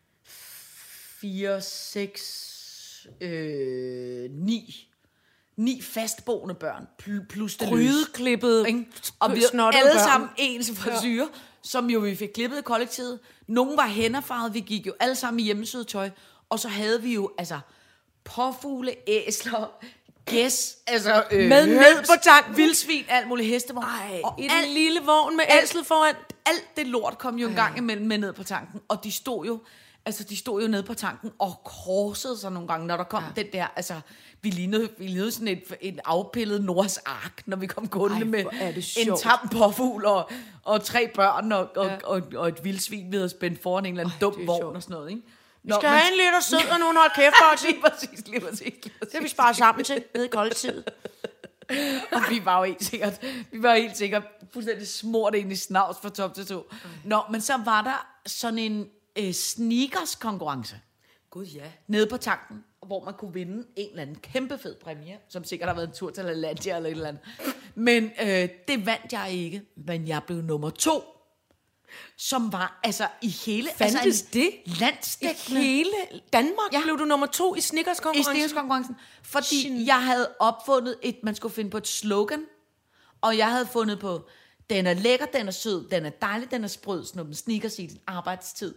Speaker 4: fire, seks, øh, ni, ni fastboende børn, plus det
Speaker 3: Grydeklippet,
Speaker 4: og vi havde alle børn. Sammen ens frisyrer, ja. som jo vi fik klippet i kollektivet. Nogle var hænderfarvet, vi gik jo alle sammen i hjemmesydetøj, og så havde vi jo altså påfugle, æsler, gæs, altså øh,
Speaker 3: med ned på tanken,
Speaker 4: vildsvin, alt muligt hestevogn.
Speaker 3: Og i den lille vogn med æslet foran.
Speaker 4: Alt det lort kom jo en gang imellem med ned på tanken, og de stod jo Altså, de stod jo nede på tanken og korsede sig nogle gange, når der kom ja. den der, altså, vi lignede, vi lignede sådan et, et afpillet Noahs ark, når vi kom gående med en tam påfugl og, og tre børn og, og, ja. og, og et vildsvin, vi havde spændt foran en eller anden Ej, dum vogn sjovt. og sådan noget, ikke?
Speaker 3: Nå, vi skal men... have en liter sød og nogle hold kæft, Boxy.
Speaker 4: lige præcis, lige præcis, lige præcis.
Speaker 3: Det vi sparer sammen til, nede i kollektivet.
Speaker 4: Og vi var jo helt sikkert, vi var helt sikkert fuldstændig smurt ind i snavs fra top til to. Nå, men så var der sådan en øh, sneakers-konkurrence.
Speaker 3: Gud ja.
Speaker 4: Nede på tanken, hvor man kunne vinde en eller anden kæmpe fed præmie, som sikkert har været en tur til Lalandia eller et eller andet. Men øh, det vandt jeg ikke, men jeg blev nummer to. Som var altså i hele...
Speaker 3: Fandtes
Speaker 4: altså,
Speaker 3: det?
Speaker 4: Landsdækkende.
Speaker 3: I hele Danmark ja. blev du nummer to i Snickers-konkurrencen?
Speaker 4: I Snickers-konkurrencen. Fordi Shin. jeg havde opfundet et... Man skulle finde på et slogan. Og jeg havde fundet på... Den er lækker, den er sød, den er dejlig, den er sprød. Snuppen Snickers i din arbejdstid.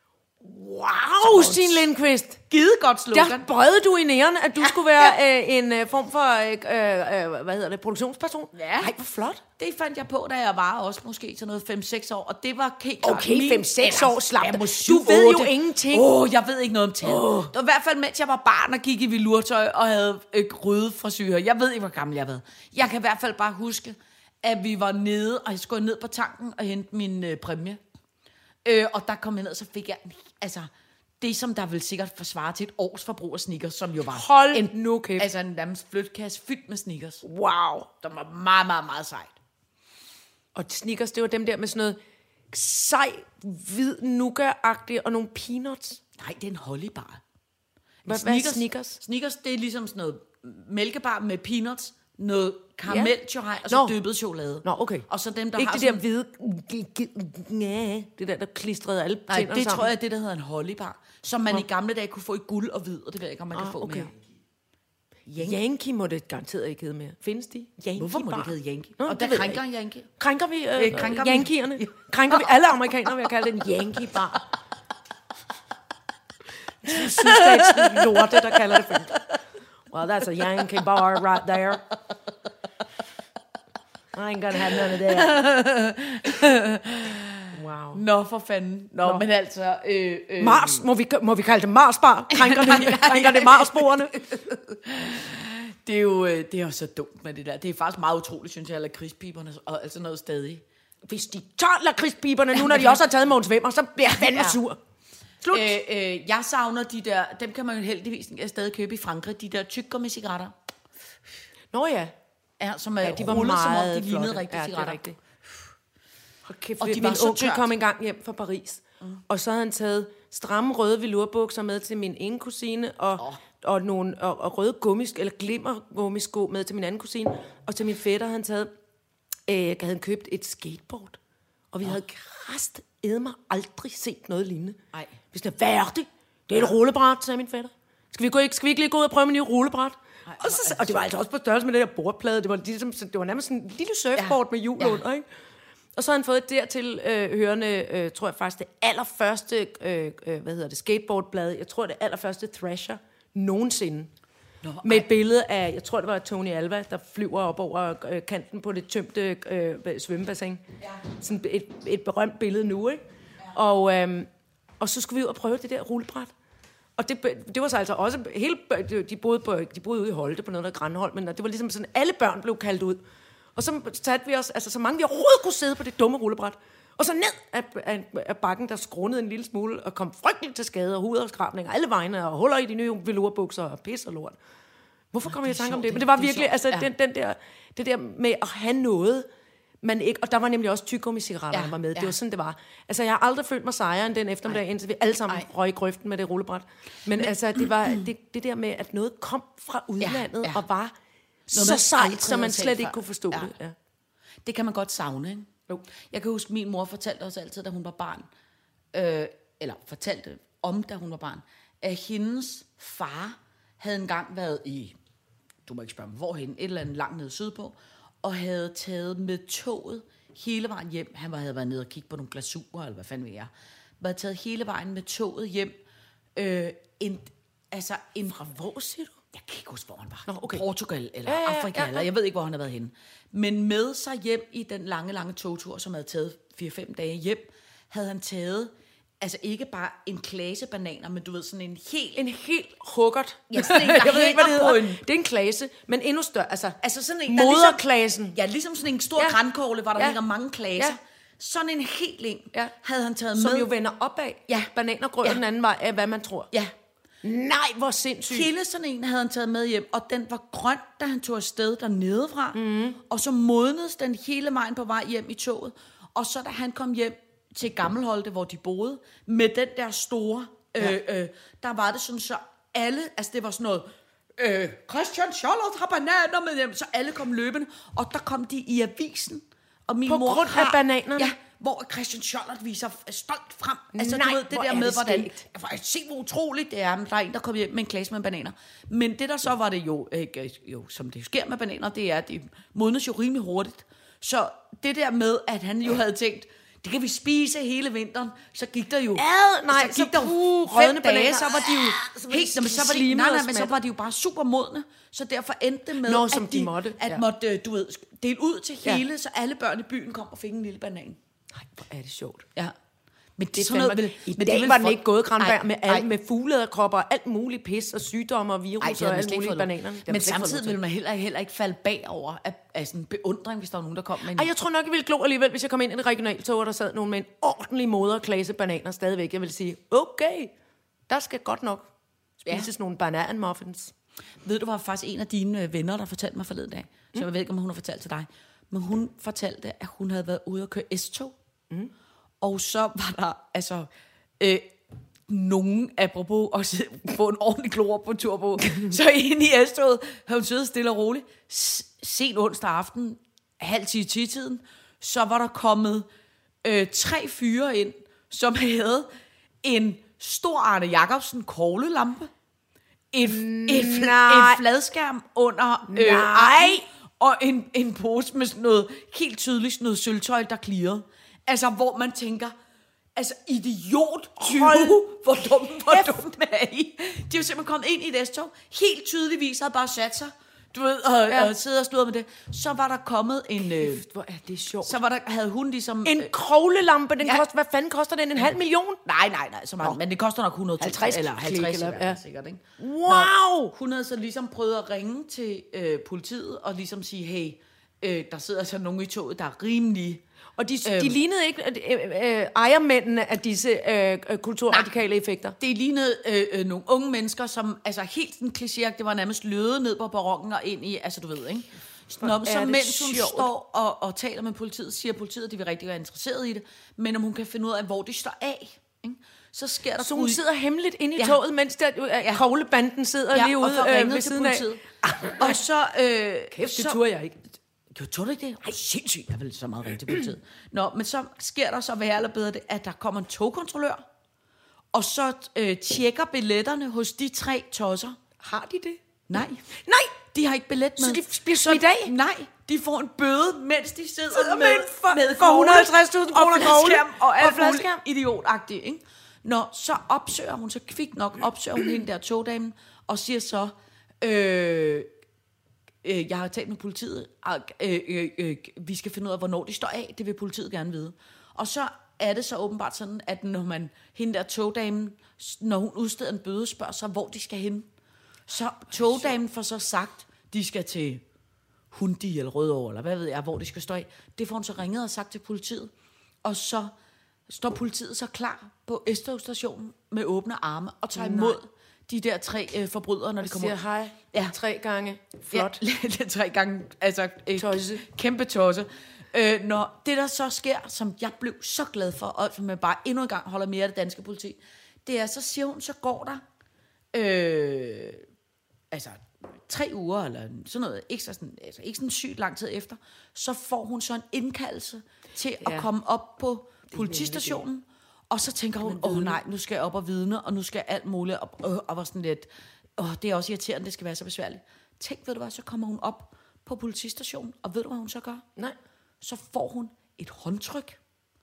Speaker 3: Wow, Stine Lindqvist.
Speaker 4: Gide godt slogan.
Speaker 3: Der brød du i næren, at du ja, skulle være ja. øh, en øh, form for, øh, øh, hvad hedder det, produktionsperson.
Speaker 4: Ja.
Speaker 3: Nej, hvor flot.
Speaker 4: Det fandt jeg på, da jeg var også måske til noget fem seks år, og det var helt
Speaker 3: klart. Okay, fem seks år, slap
Speaker 4: ja,
Speaker 3: dig. Du ved jo ingenting.
Speaker 4: Åh, oh, jeg ved ikke noget om tal. Oh. Det var i hvert fald, mens jeg var barn og gik i velurtøj og havde øh, røde frisyrer. Jeg ved ikke, hvor gammel jeg var. Jeg kan i hvert fald bare huske, at vi var nede, og jeg skulle ned på tanken og hente min øh, præmie. Øh, og der kom jeg ned, og så fik jeg, altså, det som der vil sikkert forsvare til et års forbrug af Snickers, som jo var
Speaker 3: Hold
Speaker 4: en,
Speaker 3: nu kæft.
Speaker 4: Altså en nærmest flytkasse fyldt med Snickers.
Speaker 3: Wow.
Speaker 4: Der var meget, meget, meget sejt.
Speaker 3: Og Snickers, det var dem der med sådan noget sej, hvid, nougat-agtigt og nogle peanuts.
Speaker 4: Nej, det er en Hollybar.
Speaker 3: Hvad, Snickers, hvad er Snickers?
Speaker 4: Snickers, det er ligesom sådan noget mælkebar med peanuts, noget karamel-chokolade, og så dyppet chokolade.
Speaker 3: Nå, okay.
Speaker 4: Og så dem, der
Speaker 3: ikke
Speaker 4: har
Speaker 3: det der hvide... Ja, det der, der klistrede alle
Speaker 4: Nej,
Speaker 3: tænder
Speaker 4: det
Speaker 3: sammen.
Speaker 4: tror jeg er det, der hedder en Hollybar, som man oh. i gamle dage kunne få i guld og hvid, og det ved jeg ikke, om man ah, kan få
Speaker 3: okay.
Speaker 4: mere.
Speaker 3: Yankee. Yankee må det garanteret ikke hedde mere. Findes de?
Speaker 4: Yankee Hvorfor må
Speaker 3: bar?
Speaker 4: det ikke hedde Yankee? Nå, og der krænker Yankee.
Speaker 3: Krænker vi øh,
Speaker 4: øh, krænker
Speaker 3: Yankeerne? Vi. Krænker vi alle amerikanere ved at kalde det en Yankee bar? Jeg synes, det er et lorte, der kalder det fint. Well, that's a Yankee bar right there. I ain't gonna have none of that. Wow.
Speaker 4: Nå, for fanden. Nå, Nå. men altså... Øh, øh,
Speaker 3: Mars, må vi, må vi kalde det Marsbar? Krænker det, krænker det Marsborene?
Speaker 4: Det er jo det er jo så dumt med det der. Det er faktisk meget utroligt, synes jeg, at lakridspiberne og altså noget stadig.
Speaker 3: Hvis de tager lakridspiberne nu, når de også har taget Mogens Wimmer, så bliver jeg fandme sur. Slut.
Speaker 4: Øh, øh, jeg savner de der, dem kan man jo heldigvis stadig købe i Frankrig, de der tyggegummi-cigaretter.
Speaker 3: Nå ja.
Speaker 4: Ja, som er
Speaker 3: ja, de var
Speaker 4: rullet,
Speaker 3: meget
Speaker 4: som om de lignede
Speaker 3: flotte.
Speaker 4: rigtige
Speaker 3: Ja,
Speaker 4: cigaretter.
Speaker 3: det er rigtigt. Og kæft,
Speaker 4: Og de
Speaker 3: min
Speaker 4: var så
Speaker 3: onkel
Speaker 4: tørt.
Speaker 3: kom engang hjem fra Paris, mm. og så havde han taget stramme røde velurbukser med til min ene kusine, og, oh. og, nogle, og, og røde gummisko, eller glimmergummisko med til min anden kusine, og til min fætter havde han taget, øh, havde han købt et skateboard, og vi oh. havde krast edmer aldrig set noget lignende.
Speaker 4: Ej.
Speaker 3: Vi sagde, hvad er det? Det er et rullebræt, sagde min fætter. Skal vi, gå, skal vi ikke lige gå ud og prøve med en ny rullebræt? Ej, og, så, og det var altså også på størrelse med det der bordplade. Det var, ligesom, det var nærmest sådan en lille surfboard ja. med hjul ja. under, ikke? Og så har han fået dertil øh, hørende, øh, tror jeg faktisk, det allerførste, øh, øh, hvad hedder det, skateboardblad. Jeg tror, det allerførste Thrasher nogensinde. Nå, med et billede af, jeg tror, det var Tony Alva, der flyver op over øh, kanten på det tømte øh, svømmebassin. Ja. Sådan et, et berømt billede nu, ikke? Ja. Og, øh, og så skulle vi ud og prøve det der rullebræt. Og det, det var så altså også, hele, de, boede på, de boede ude i Holte på noget der Granholm, men det var ligesom sådan, alle børn blev kaldt ud. Og så satte vi os, altså så mange vi overhovedet kunne sidde på det dumme rullebræt. Og så ned af, af, af bakken, der skrånede en lille smule, og kom frygteligt til skade, og hudafskrabninger alle vegne, og huller i de nye velurbukser, og pis og lort. Hvorfor kom jeg i tanke om det? Men det var det virkelig, altså ja. den, den der, det der med at have noget, man ikke, og der var nemlig også tyggegummi-cigaretter, ja, der var med. Ja. Det var sådan, det var. Altså, jeg har aldrig følt mig sejere end den eftermiddag, indtil vi alle sammen Ej. røg i grøften med det rullebræt. Men, Men altså, det var det, det der med, at noget kom fra udlandet, ja, ja. og var noget, så sejt, så man slet ikke kunne forstå ja. det. Ja.
Speaker 4: Det kan man godt savne, ikke? Jo. Jeg kan huske, min mor fortalte os altid, da hun var barn, øh, eller fortalte om, da hun var barn, at hendes far havde engang været i, du må ikke spørge mig, hvorhen, et eller andet langt nede sydpå, og havde taget med toget hele vejen hjem. Han havde været nede og kigge på nogle glasurer, eller hvad fanden ved jeg. Havde taget hele vejen med toget hjem. Øh, en, altså en,
Speaker 3: fra hvor, siger du?
Speaker 4: Jeg kan ikke huske, hvor han var.
Speaker 3: Nå, okay.
Speaker 4: Portugal, eller
Speaker 3: ja, ja,
Speaker 4: Afrika, ja, ja. eller jeg ved ikke, hvor han har været henne. Men med sig hjem i den lange, lange togtur, som havde taget fire fem dage hjem, havde han taget, altså ikke bare en klase bananer, men du ved, sådan en helt...
Speaker 3: En helt huggert.
Speaker 4: Ja, sådan en, der jeg ved ikke, hvad det hedder.
Speaker 3: En... Det er en klase, men endnu større. Altså,
Speaker 4: altså sådan en,
Speaker 3: moderklasen.
Speaker 4: Ligesom, ja, ligesom sådan en stor ja. grankogle, hvor der ja. ligger mange klaser. Ja. Sådan en helt en
Speaker 3: ja.
Speaker 4: havde han taget
Speaker 3: som
Speaker 4: med.
Speaker 3: Som jo vender opad.
Speaker 4: Ja.
Speaker 3: Bananergrød ja. den anden vej af, hvad man tror.
Speaker 4: Ja.
Speaker 3: Nej, hvor sindssygt.
Speaker 4: Hele sådan en havde han taget med hjem, og den var grøn, da han tog afsted dernede fra. Mm. Og så modnedes den hele vejen på vej hjem i toget. Og så da han kom hjem til Gammelholte, hvor de boede, med den der store, ja. øh, øh, der var det sådan, så alle, altså det var sådan noget, øh, Christian Scholert har bananer med hjem, så alle kom løbende, og der kom de i avisen. Og min
Speaker 3: på
Speaker 4: mor
Speaker 3: grund
Speaker 4: har,
Speaker 3: af bananerne?
Speaker 4: Ja, hvor Christian Scholert viser stolt frem. Altså,
Speaker 3: Nej,
Speaker 4: du ved, det
Speaker 3: hvor
Speaker 4: der
Speaker 3: er
Speaker 4: med,
Speaker 3: det
Speaker 4: hvordan...
Speaker 3: skægt.
Speaker 4: Jeg se, hvor utroligt det er, men der er en, der kom hjem med en klasse med bananer. Men det der så var det jo, øh, jo som det sker med bananer, det er, at det modnes jo rimelig hurtigt. Så det der med, at han jo havde tænkt, det kan vi spise hele vinteren, så gik der jo...
Speaker 3: Ad, nej,
Speaker 4: så gik
Speaker 3: så
Speaker 4: der
Speaker 3: uh,
Speaker 4: fem dage,
Speaker 3: bananer.
Speaker 4: så var de jo...
Speaker 3: Ah,
Speaker 4: helt, så, så var de, nej, nej, men så var de jo bare super modne. Så derfor endte det med,
Speaker 3: Nå,
Speaker 4: at
Speaker 3: som
Speaker 4: de,
Speaker 3: de måtte,
Speaker 4: at
Speaker 3: ja.
Speaker 4: måtte, du ved, dele ud til
Speaker 3: Ja.
Speaker 4: hele, så alle børn i byen kom og fik en lille banan.
Speaker 3: Nej, hvor er det sjovt.
Speaker 4: Ja. Men det,
Speaker 3: Det
Speaker 4: sådan noget, vil,
Speaker 3: I
Speaker 4: men
Speaker 3: dag
Speaker 4: det
Speaker 3: var den
Speaker 4: folk-
Speaker 3: ikke gået Granberg med,
Speaker 4: Ej,
Speaker 3: alle, med fuglederkropper og alt muligt pis og sygdomme og virus
Speaker 4: Ej,
Speaker 3: og alt muligt i bananerne.
Speaker 4: Men samtidig ville man heller, heller ikke falde bagover af, af sådan en beundring, hvis der var nogen, der kom med en...
Speaker 3: Ej, jeg tror nok, jeg ville glo alligevel, hvis jeg kom ind i en regionaltog, og der sad nogen med en ordentlig moderklasse bananer stadigvæk. Jeg ville sige, okay, der skal godt nok spises ja. nogle bananmuffins.
Speaker 4: Ved du, var faktisk en af dine venner, der fortalte mig forleden dag, så mm. jeg ved ikke, om hun har fortalt til dig, men hun fortalte, at hun havde været ude og køre S-tog, mm. og så var der altså øh, nogen, apropos at få en ordentlig klor på tur på, så inde i S-toget havde hun siddet stille og roligt, sent onsdag aften, halv ti tiden, så var der kommet øh, tre fyre ind, som havde en stor Arne Jacobsen koglelampe, et, et, et fladskærm under øh, armen, og en, en pose med sådan noget helt tydeligt sådan noget sølvtøj, der klirrede. Altså, hvor man tænker, Altså, idiot tyve. Hvor dumme, hvor dumme er I? De er jo simpelthen kommet ind i et S-tog. Helt tydeligvis havde bare sat sig. Du ved, og, ja. og sidde og sludre med det. Så var der kommet en... Øh,
Speaker 3: Hvor er det sjovt.
Speaker 4: så var der, havde hun ligesom...
Speaker 3: En kroglelampe, den
Speaker 4: ja.
Speaker 3: koster, hvad fanden koster den? En halv million?
Speaker 4: Nej, nej, nej, så meget. Men det koster nok hundrede
Speaker 3: halvtreds
Speaker 4: eller halvtreds
Speaker 3: eller,
Speaker 4: ja.
Speaker 3: ja.
Speaker 4: sikkert, ikke?
Speaker 3: Wow!
Speaker 4: Nå, hun havde så ligesom prøvet at ringe til øh, politiet og ligesom sige, hey, øh, der sidder altså nogen i toget, der er rimelig...
Speaker 3: Og de, øhm, de lignede ikke øh, øh, ejermændene af disse øh, kulturradikale effekter.
Speaker 4: Det lignede øh, øh, nogle unge mennesker, som altså helt sådan klichéagtigt, det var nærmest løde ned på perronen og ind i, altså du ved, ikke? Nå, så mens hun sjovt. står og, og taler med politiet, siger politiet, at de vil rigtig være interesseret i det, men om hun kan finde ud af, hvor de står af, ikke? Så sker der...
Speaker 3: Så hun sidder hemmeligt inde i
Speaker 4: ja.
Speaker 3: toget, mens der, øh, ja. koglebanden sidder
Speaker 4: ja,
Speaker 3: lige ude øh, ved siden af.
Speaker 4: Og så... Øh,
Speaker 3: Kæft, det
Speaker 4: så,
Speaker 3: turde jeg ikke.
Speaker 4: Jo, tror du ikke det? Ej, sindssygt. Jeg vil så meget ringe til politiet. Nå, men så sker der så værre eller bedre det, at der kommer en togkontrollør, og så øh, tjekker billetterne hos de tre tosser.
Speaker 3: Har de det?
Speaker 4: Nej.
Speaker 3: Nej!
Speaker 4: De har ikke billet med.
Speaker 3: Så de bliver smidt af?
Speaker 4: Nej, de får en bøde, mens de sidder,
Speaker 3: sidder
Speaker 4: med,
Speaker 3: med, for,
Speaker 4: med
Speaker 3: for et hundrede og halvtreds tusind kroner
Speaker 4: fladskærm og alt muligt
Speaker 3: fladskærm.
Speaker 4: idiotagtigt, ikke? Nå, så opsøger hun, så kvik nok opsøger hun hende der togdamen, og siger så, øh, øh, jeg har talt med politiet, og, øh, øh, øh, vi skal finde ud af, hvornår de står af, det vil politiet gerne vide. Og så er det så åbenbart sådan, at når man, hende der togdamen, når hun udsteder en bøde, spørger sig, hvor de skal hen. Så togdamen får så sagt, de skal til Hundi eller Rødovre, eller hvad ved jeg, hvor de skal stå af. Det får hun så ringet og sagt til politiet. Og så står politiet så klar på S-togstationen med åbne arme og tager imod Nej. de der tre øh, forbrydere, når de kommer ud.
Speaker 3: Siger hej.
Speaker 4: Ja.
Speaker 3: Tre gange. Flot.
Speaker 4: Ja, det er tre gange, altså øh,
Speaker 3: Tosse.
Speaker 4: Kæmpe tosse. Øh, når det der så sker, som jeg blev så glad for, og for man bare endnu en gang holder mere af det danske politi, det er, så siger hun, så går der øh, altså tre uger, eller sådan noget, ikke, så sådan, altså, ikke sådan sygt lang tid efter, så får hun så en indkaldelse til ja. at komme op på politistationen, og så tænker hun, åh oh, nej, nu skal jeg op og vidne, og nu skal jeg alt muligt, og, og, og var sådan lidt, åh, det er også irriterende, det skal være så besværligt. Tænk, ved du hvad, så kommer hun op på politistationen, og ved du, hvad hun så gør?
Speaker 3: Nej.
Speaker 4: Så får hun et håndtryk,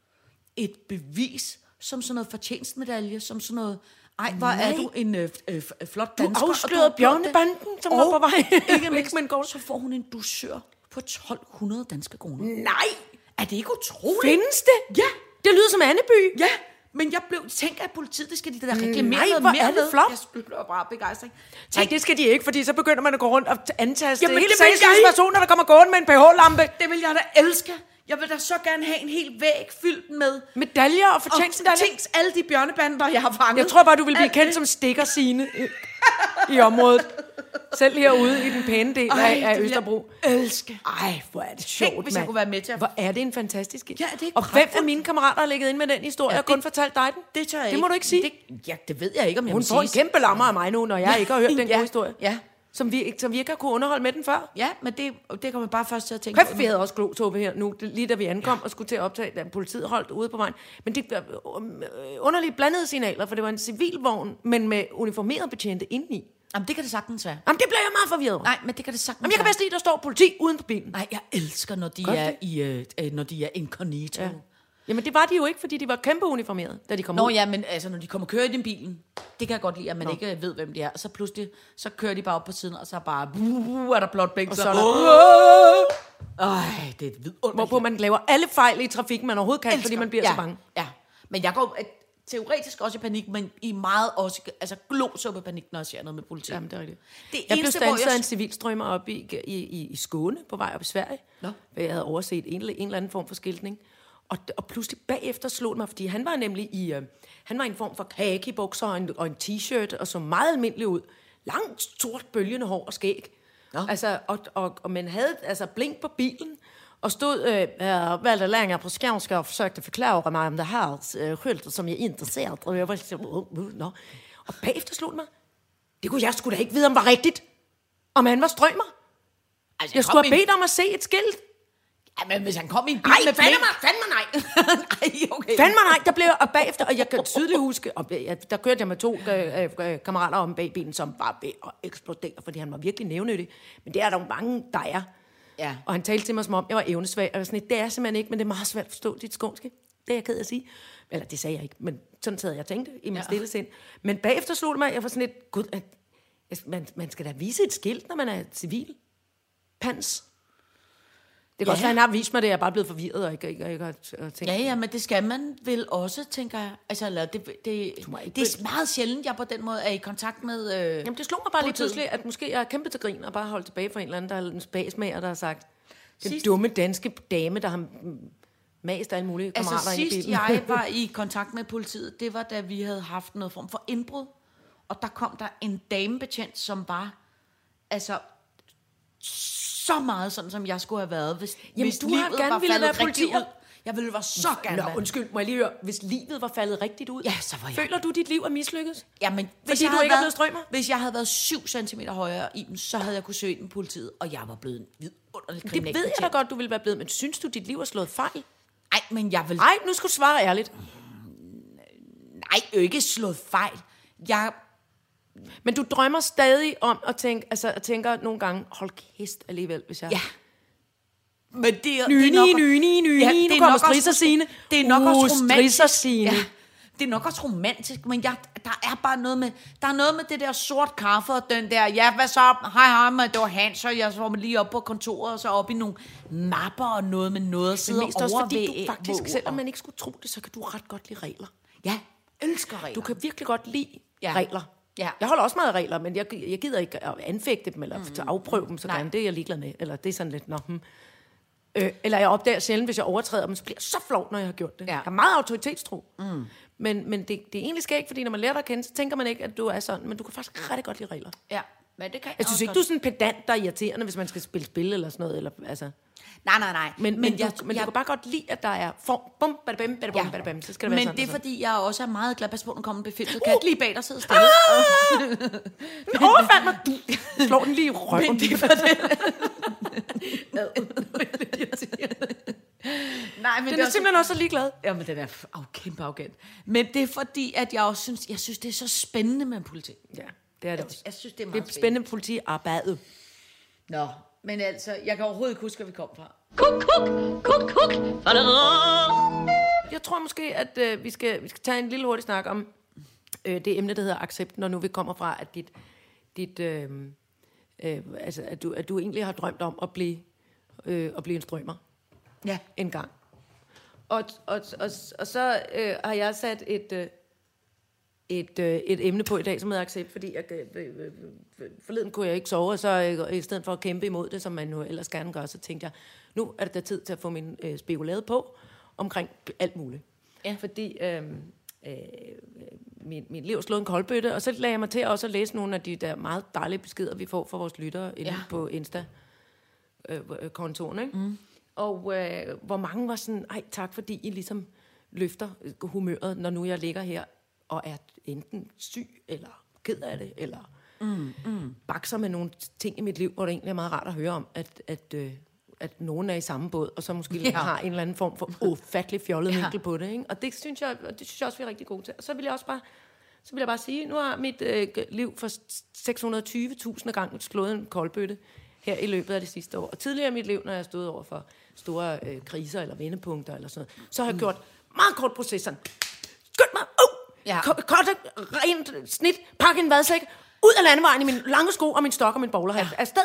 Speaker 4: et bevis, som sådan noget fortjenstmedalje, som sådan noget, ej, hvor er du en øh, øh, flot dansker.
Speaker 3: Du afslørede bjørnebanden, som var på vej.
Speaker 4: Ikke mindst, så får hun en dusør på tolv hundrede danske kroner.
Speaker 3: Nej!
Speaker 4: Er det ikke utroligt?
Speaker 3: Findes det?
Speaker 4: Ja.
Speaker 3: Det lyder som Andeby.
Speaker 4: Ja, men jeg blev tænkt af politiet, det skal de da reklamere
Speaker 3: Nej,
Speaker 4: noget
Speaker 3: hvor
Speaker 4: mere
Speaker 3: er det
Speaker 4: med.
Speaker 3: flot.
Speaker 4: Jeg blev bare begejstret.
Speaker 3: Nej, det skal de ikke, fordi så begynder man at gå rundt og antaste
Speaker 4: Jamen,
Speaker 3: helt
Speaker 4: det vil
Speaker 3: sagesløse
Speaker 4: jeg.
Speaker 3: personer, der kommer gående med en pH-lampe.
Speaker 4: Det vil jeg da elske. Jeg vil da så gerne have en hel væg fyldt med
Speaker 3: medaljer og
Speaker 4: og
Speaker 3: fortjenstmedaljer.
Speaker 4: tænk alle de bjørnebander, jeg har fanget.
Speaker 3: Jeg tror bare, du vil blive kendt som stikker Signe i, i området. Selv herude i den pæne del
Speaker 4: Ej,
Speaker 3: af, af
Speaker 4: det vil
Speaker 3: Østerbro.
Speaker 4: jeg elske.
Speaker 3: Ej, hvor er det sjovt,
Speaker 4: Tænk, hvis jeg
Speaker 3: mand.
Speaker 4: kunne være med til at...
Speaker 3: Hvor er det en fantastisk...
Speaker 4: Ja, det er ikke
Speaker 3: og hvem
Speaker 4: pragtfuldt?
Speaker 3: af mine kammerater har ligget ind med den historie
Speaker 4: Ja,
Speaker 3: og kun
Speaker 4: det-
Speaker 3: fortalt dig den?
Speaker 4: Det tør jeg
Speaker 3: Det
Speaker 4: ikke.
Speaker 3: må du ikke sige.
Speaker 4: Det, ja, det ved jeg ikke, om jeg
Speaker 3: Hun
Speaker 4: må
Speaker 3: får en
Speaker 4: sige.
Speaker 3: kæmpe lammer af mig nu, når jeg ikke har hørt den
Speaker 4: Ja,
Speaker 3: gode historie.
Speaker 4: ja.
Speaker 3: Som vi, som vi ikke har kunne underholde med den før.
Speaker 4: Ja, men det, det kommer bare først til at tænke
Speaker 3: Kæft, vi havde også glotoppe her nu, lige da vi ankom ja. og skulle til at optage, da politiet holdt ude på vejen. Men det var underligt blandede signaler, for det var en civilvogn, men med uniformerede betjente indeni.
Speaker 4: Jamen, det kan det sagtens være.
Speaker 3: Jamen, det bliver jeg meget forvirret over.
Speaker 4: Nej, men det kan det sagtens
Speaker 3: Jamen, jeg kan
Speaker 4: være.
Speaker 3: bedst lide, der står politi uden på bilen.
Speaker 4: Nej, jeg elsker, når de
Speaker 3: Gør
Speaker 4: er
Speaker 3: det?
Speaker 4: i, øh, øh, når de er incognito.
Speaker 3: Ja. Jamen, det var de jo ikke, fordi de var kæmpe uniformerede, da de kom
Speaker 4: Nå
Speaker 3: ud.
Speaker 4: ja, men altså, når de kommer og kører i den bilen, det kan jeg godt lide, at man Nå. ikke ved, hvem de er. Og så pludselig, så kører de bare op på siden, og så er bare, uh, er der blot blik.
Speaker 3: Og
Speaker 4: Så,
Speaker 3: så er der...
Speaker 4: Ej, det er et vidunderligt.
Speaker 3: Hvorpå man laver alle fejl i trafikken, man overhovedet kan,
Speaker 4: Elsker.
Speaker 3: fordi man bliver
Speaker 4: ja,
Speaker 3: så bange.
Speaker 4: Ja, men jeg går øh, teoretisk også i panik, men i meget også, altså glosuppe panik, når jeg ser noget med politi.
Speaker 3: Jamen, det er rigtigt.
Speaker 4: Det
Speaker 3: Jeg blev
Speaker 4: eneste, hvor
Speaker 3: standset
Speaker 4: jeg-
Speaker 3: af en civilstrømmer op i, i, i, i Skåne, på vej op i Sverige.
Speaker 4: Nå.
Speaker 3: Hvor jeg havde overset en, eller- en eller anden form for skiltning. Og, og pludselig bagefter slog det mig, fordi han var nemlig i, øh, han var i en form for khaki-bukser og en, og en t-shirt, og så meget almindelig ud. Langt, stort, bølgende hår og skæg.
Speaker 4: Nå.
Speaker 3: Altså, og, og, og man havde altså blink på bilen, og stod øh, väldigt länge på skånska och försökte förklara mig om det här øh, skyltet, som jeg er interesseret. Og jeg var så, uh, uh, no. Og bagefter slog det mig, det kunne jeg sgu da ikke vide, om var rigtigt. Om han var strømmer.
Speaker 4: Altså,
Speaker 3: Jeg skulle have bedt om at se et skilt.
Speaker 4: Ja, men hvis han kom i en bil
Speaker 3: Nej,
Speaker 4: med
Speaker 3: fandme
Speaker 4: blink...
Speaker 3: mig, fandme nej.
Speaker 4: Nej, okay.
Speaker 3: Fandme nej, der blev og bagefter, og jeg kan tydeligt huske, og jeg, der kørte jeg med to øh, øh, kammerater om bag bilen, som var ved at eksplodere, fordi han var virkelig nævnyttig. Men det er der jo mange, der er.
Speaker 4: Ja.
Speaker 3: Og han talte til mig som om, jeg var evnesvag, og jeg var sådan, det er jeg simpelthen ikke, men det er meget svært at forstå dit skånske. Det er jeg ked af at sige. Eller det sagde jeg ikke, men sådan sad jeg og tænkte i min
Speaker 4: Ja.
Speaker 3: stille sind. Men bagefter slog det mig, jeg var sådan lidt, gud, at, at man, man skal da vise et skilt, når man er civil. Pans. Det kan
Speaker 4: Ja.
Speaker 3: også være, at han har vist mig det, jeg er bare blevet forvirret og ikke, ikke, ikke har tænkt.
Speaker 4: Ja, ja, men det skal man vel også, tænker jeg. Altså, eller det, det,
Speaker 3: må ikke
Speaker 4: det er meget sjældent, jeg på den måde er i kontakt med... Øh,
Speaker 3: Jamen, det slog mig bare lige
Speaker 4: politiet.
Speaker 3: pludselig, at måske jeg er kæmpe til grin og bare holdt tilbage for en eller anden, der er en spasmager, der har sagt, den
Speaker 4: Sidst-
Speaker 3: dumme danske dame, der har mast alle mulige kammerater
Speaker 4: Altså
Speaker 3: ind i
Speaker 4: sidst
Speaker 3: bilen.
Speaker 4: jeg var i kontakt med politiet, det var da vi havde haft noget form for indbrud. Og der kom der en damebetjent, som var altså så meget sådan, som jeg skulle have været, hvis,
Speaker 3: Jamen,
Speaker 4: hvis
Speaker 3: du har
Speaker 4: livet
Speaker 3: gerne
Speaker 4: var
Speaker 3: ville
Speaker 4: faldet
Speaker 3: være
Speaker 4: rigtigt
Speaker 3: politi.
Speaker 4: ud. Jeg ville være så gerne
Speaker 3: Nå,
Speaker 4: være.
Speaker 3: undskyld, må jeg lige høre, hvis livet var faldet rigtigt ud,
Speaker 4: Ja, så var jeg-
Speaker 3: føler du, dit liv er mislykket?
Speaker 4: Jamen, hvis
Speaker 3: Fordi
Speaker 4: jeg
Speaker 3: du
Speaker 4: havde
Speaker 3: ikke er
Speaker 4: været,
Speaker 3: blevet strømmer?
Speaker 4: Hvis jeg havde været syv centimeter højere i dem, så havde jeg kunne søge ind med politiet, og jeg var blevet en vidunderlig
Speaker 3: Det
Speaker 4: kriminel.
Speaker 3: ved jeg da godt, du ville være blevet, men synes du, dit liv er slået fejl?
Speaker 4: Nej, men jeg vil...
Speaker 3: Nej, nu skal du svare ærligt.
Speaker 4: Nej, jo ikke slået fejl. Jeg...
Speaker 3: Men du drømmer stadig om at tænke, altså at tænker nogle gange, hold kæft alligevel, hvis jeg...
Speaker 4: Ja. Men det, er-
Speaker 3: Nyni,
Speaker 4: det er nok...
Speaker 3: nyni, nyni,
Speaker 4: Ja,
Speaker 3: nu
Speaker 4: det er
Speaker 3: kommer
Speaker 4: nok også-
Speaker 3: strisserscene.
Speaker 4: Det er nok
Speaker 3: Uh,
Speaker 4: også romantisk.
Speaker 3: strisserscene.
Speaker 4: Ja, det er nok også romantisk, men jeg, der er bare noget med, der er noget med det der sort kaffe og den der, ja, hvad så? Hej, hej, men det var Hans, og jeg var lige op på kontoret, og så op i nogle mapper og noget med noget at sidde
Speaker 3: Men
Speaker 4: og
Speaker 3: mest også fordi du
Speaker 4: overvæge.
Speaker 3: faktisk, selvom man ikke skulle tro det, så kan du ret godt lide regler.
Speaker 4: Ja, elsker regler.
Speaker 3: Du kan virkelig godt lide
Speaker 4: Ja.
Speaker 3: regler.
Speaker 4: Ja.
Speaker 3: Jeg holder også meget af regler, men jeg, jeg gider ikke at anfægte dem, eller mm. afprøve dem så
Speaker 4: Nej.
Speaker 3: gerne. Det er jeg ligeglad med. Eller det er sådan lidt, nå, hmm. øh, Eller jeg opdager sjældent, hvis jeg overtræder dem, så bliver jeg så flov, når jeg har gjort det.
Speaker 4: Ja.
Speaker 3: Jeg har meget autoritetstro. Mm. Men, men det, det er egentlig skægt, fordi når man lærer dig at kende, så tænker man ikke, at du er sådan. Men du kan faktisk rigtig godt lide regler.
Speaker 4: Ja, men det kan jeg
Speaker 3: Jeg synes
Speaker 4: også
Speaker 3: ikke, du er sådan en pedant, der er irriterende, hvis man skal spille spil eller sådan noget. Eller, altså.
Speaker 4: Nej, nej, nej.
Speaker 3: Men, men, men,
Speaker 4: jeg,
Speaker 3: du, men
Speaker 4: jeg,
Speaker 3: du kan bare godt lide, at der er form. Bum, badabim, badabum,
Speaker 4: Ja.
Speaker 3: badabim. Så skal det være
Speaker 4: men
Speaker 3: sådan.
Speaker 4: det er
Speaker 3: og sådan.
Speaker 4: fordi, jeg også er meget glad. Pas på, den kommer en befind, så kan jeg ikke lige bag dig sidde stille.
Speaker 3: Den overfaldt mig. Du slår den lige i røven.
Speaker 4: Men det er for det. Nej, men
Speaker 3: Den er simpelthen også så ligeglad.
Speaker 4: Jamen, den er oh, kæmpe arrogant. Men det er fordi, at jeg også synes, jeg synes, det er så spændende med politik.
Speaker 3: Ja, det er det
Speaker 4: Jeg,
Speaker 3: også.
Speaker 4: jeg synes, det er
Speaker 3: Det
Speaker 4: meget
Speaker 3: er spændende politiarbejde.
Speaker 4: Nå, men altså, jeg kan overhovedet ikke huske, hvor vi kom fra.
Speaker 2: Kuk, kuk, kuk, kuk.
Speaker 3: Jeg tror måske, at øh, vi, skal, vi skal tage en lille hurtig snak om øh, det emne, der hedder accept, når nu vi kommer fra, at dit, dit øh, øh, altså, at du, at du egentlig har drømt om at blive, øh, at blive en strømmer
Speaker 4: Ja.
Speaker 3: en gang. Og, og, og, og så øh, har jeg sat et, øh, et, øh, et emne på i dag, som hedder accept, fordi jeg, øh, øh, øh, forleden kunne jeg ikke sove, og så øh, i stedet for at kæmpe imod det, som man jo ellers gerne gør, så tænkte jeg, nu er det da tid til at få min øh, spekulade på omkring alt muligt.
Speaker 4: Ja.
Speaker 3: Fordi øh, øh, min, min liv har slået en koldbøtte, og så lagde jeg mig til også at læse nogle af de der meget dejlige beskeder, vi får fra vores lyttere inde
Speaker 4: Ja.
Speaker 3: på Insta-kontoren, ikke? Mm. Og øh, hvor mange var sådan, ej tak, fordi I ligesom løfter humøret, når nu jeg ligger her og er enten syg, eller ked af det, eller mm, mm. bakser med nogle ting i mit liv, hvor det egentlig er meget rart at høre om, at, at, øh, at nogen er i samme båd, og så måske
Speaker 4: Ja.
Speaker 3: har en eller anden form for ufattelig fjollet
Speaker 4: Ja.
Speaker 3: vinkel på det. Ikke? Og det synes, jeg, og det synes jeg også, vi er rigtig gode til. Og så vil jeg også bare, så vil jeg bare sige, nu har mit øh, liv for seks hundrede og tyve tusind gange slået en koldbøtte her i løbet af det sidste år. Og tidligere i mit liv, når jeg stod over for store øh, kriser eller vendepunkter eller sådan noget, så har jeg mm. gjort meget kort proces sådan. Skynd mig, uh,
Speaker 4: Ja.
Speaker 3: Korte, rent snit, pakke en vadsæk, ud af landevejen i min lange sko og min stok og min bowlerhat. Ja. Afsted,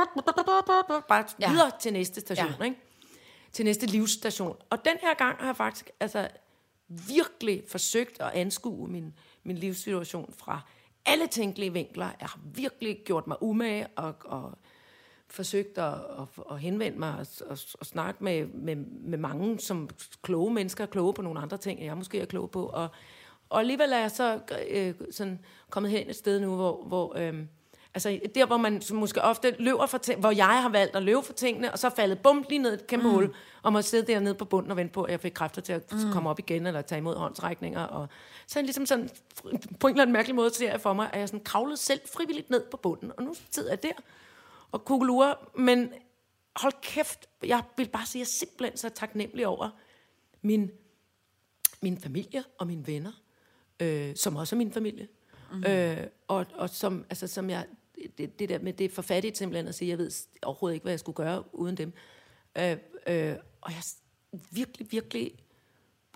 Speaker 3: bare
Speaker 4: Ja.
Speaker 3: videre til næste station,
Speaker 4: Ja.
Speaker 3: ikke? Til næste livsstation. Og den her gang har jeg faktisk altså, virkelig forsøgt at anskue min, min livssituation fra alle tænkelige vinkler. Jeg har virkelig gjort mig umage og, og forsøgt at, at, at henvende mig og, og, og snakke med, med, med mange som kloge mennesker, kloge på nogle andre ting, end jeg måske er klog på. Og, og alligevel er jeg så øh, sådan kommet hen et sted nu, hvor, hvor øh, altså der, hvor man måske ofte løber for ting, hvor jeg har valgt at løbe for tingene, og så er faldet bum lige ned i et kæmpe mm. hul, og må sidde dernede på bunden og vente på, at jeg fik kræfter til at mm. komme op igen, eller tage imod håndsrækninger. Og så er jeg ligesom sådan, på en eller anden mærkelig måde ser jeg for mig, at jeg sådan kravlede selv frivilligt ned på bunden, og nu sidder jeg der og kugelurer, men hold kæft, jeg vil bare sige, at jeg er simpelthen så taknemmelig over min, min familie og mine venner, øh, som også er min familie. Mm-hmm. Øh, og, og som, altså, som jeg, det, det der med, det er for fattigt simpelthen at sige, jeg ved overhovedet ikke, hvad jeg skulle gøre uden dem. Øh, øh, og jeg er virkelig, virkelig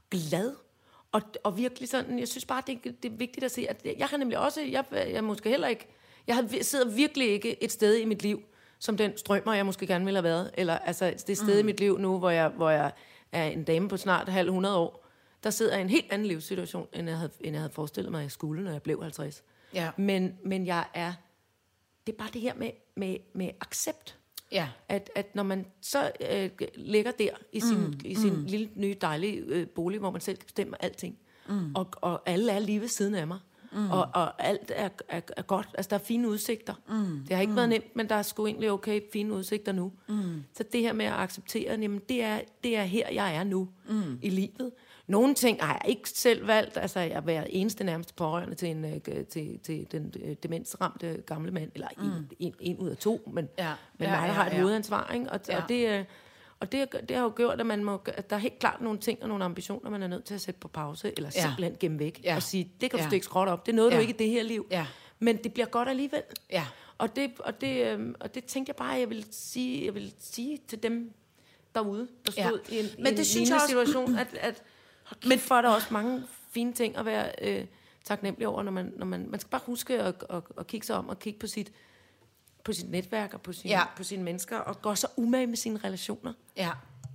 Speaker 3: glad. Og, og virkelig sådan, jeg synes bare, det, det er vigtigt at se, at jeg har nemlig også, jeg, jeg måske heller ikke, jeg har, sidder virkelig ikke et sted i mit liv, som den strømmer, jeg måske gerne ville have været. Eller altså, det sted mm. i mit liv nu, hvor jeg, hvor jeg er en dame på snart halv hundrede år, der sidder jeg i en helt anden livssituation, end jeg havde, end jeg havde forestillet mig, at jeg skulle, når jeg blev halvtreds.
Speaker 4: Ja.
Speaker 3: Men, men jeg er, det er bare det her med, med, med accept.
Speaker 4: Ja.
Speaker 3: At, at når man så øh, ligger der i sin, mm. i sin mm. lille, nye, dejlige øh, bolig, hvor man selv kan bestemme alting, mm. og, og alle er lige ved siden af mig, mm. og, og alt er, er, er godt. Altså, der er fine udsigter. Mm. Det har ikke mm. været nemt, men der er sgu egentlig okay fine udsigter nu. Mm. Så det her med at acceptere, jamen, det er, det er her, jeg er nu mm. i livet. Nogle ting har jeg ikke selv valgt. Altså, jeg har været eneste nærmest pårørende til, en, til, til den demensramte gamle mand. Eller mm. en, en, en ud af to, men,
Speaker 4: ja.
Speaker 3: men
Speaker 4: ja,
Speaker 3: mig, der
Speaker 4: ja,
Speaker 3: har et
Speaker 4: ja.
Speaker 3: hovedansvar. Ikke? Og,
Speaker 4: ja.
Speaker 3: og, det, og det, det har jo gjort, at, man må, at der er helt klart nogle ting og nogle ambitioner, man er nødt til at sætte på pause, eller ja. simpelthen gemme væk. Ja. Og sige, det kan du
Speaker 4: ja.
Speaker 3: stikke skråt op. Det er noget, ja. du ikke i det her liv.
Speaker 4: Ja.
Speaker 3: Men det bliver godt alligevel.
Speaker 4: Ja.
Speaker 3: Og, det, og, det, øhm, og det tænkte jeg bare, jeg vil sige, jeg vil sige til dem derude, der stod ja. i en, men i en det lignende også... situation, at... at men for er der også mange fine ting at være øh, taknemmelig over, når man, når man, man skal bare huske at, at, at kigge sig om og kigge på sit, på sit netværk og på, sin, ja. på sine mennesker, og gå så umage med sine relationer.
Speaker 4: Ja.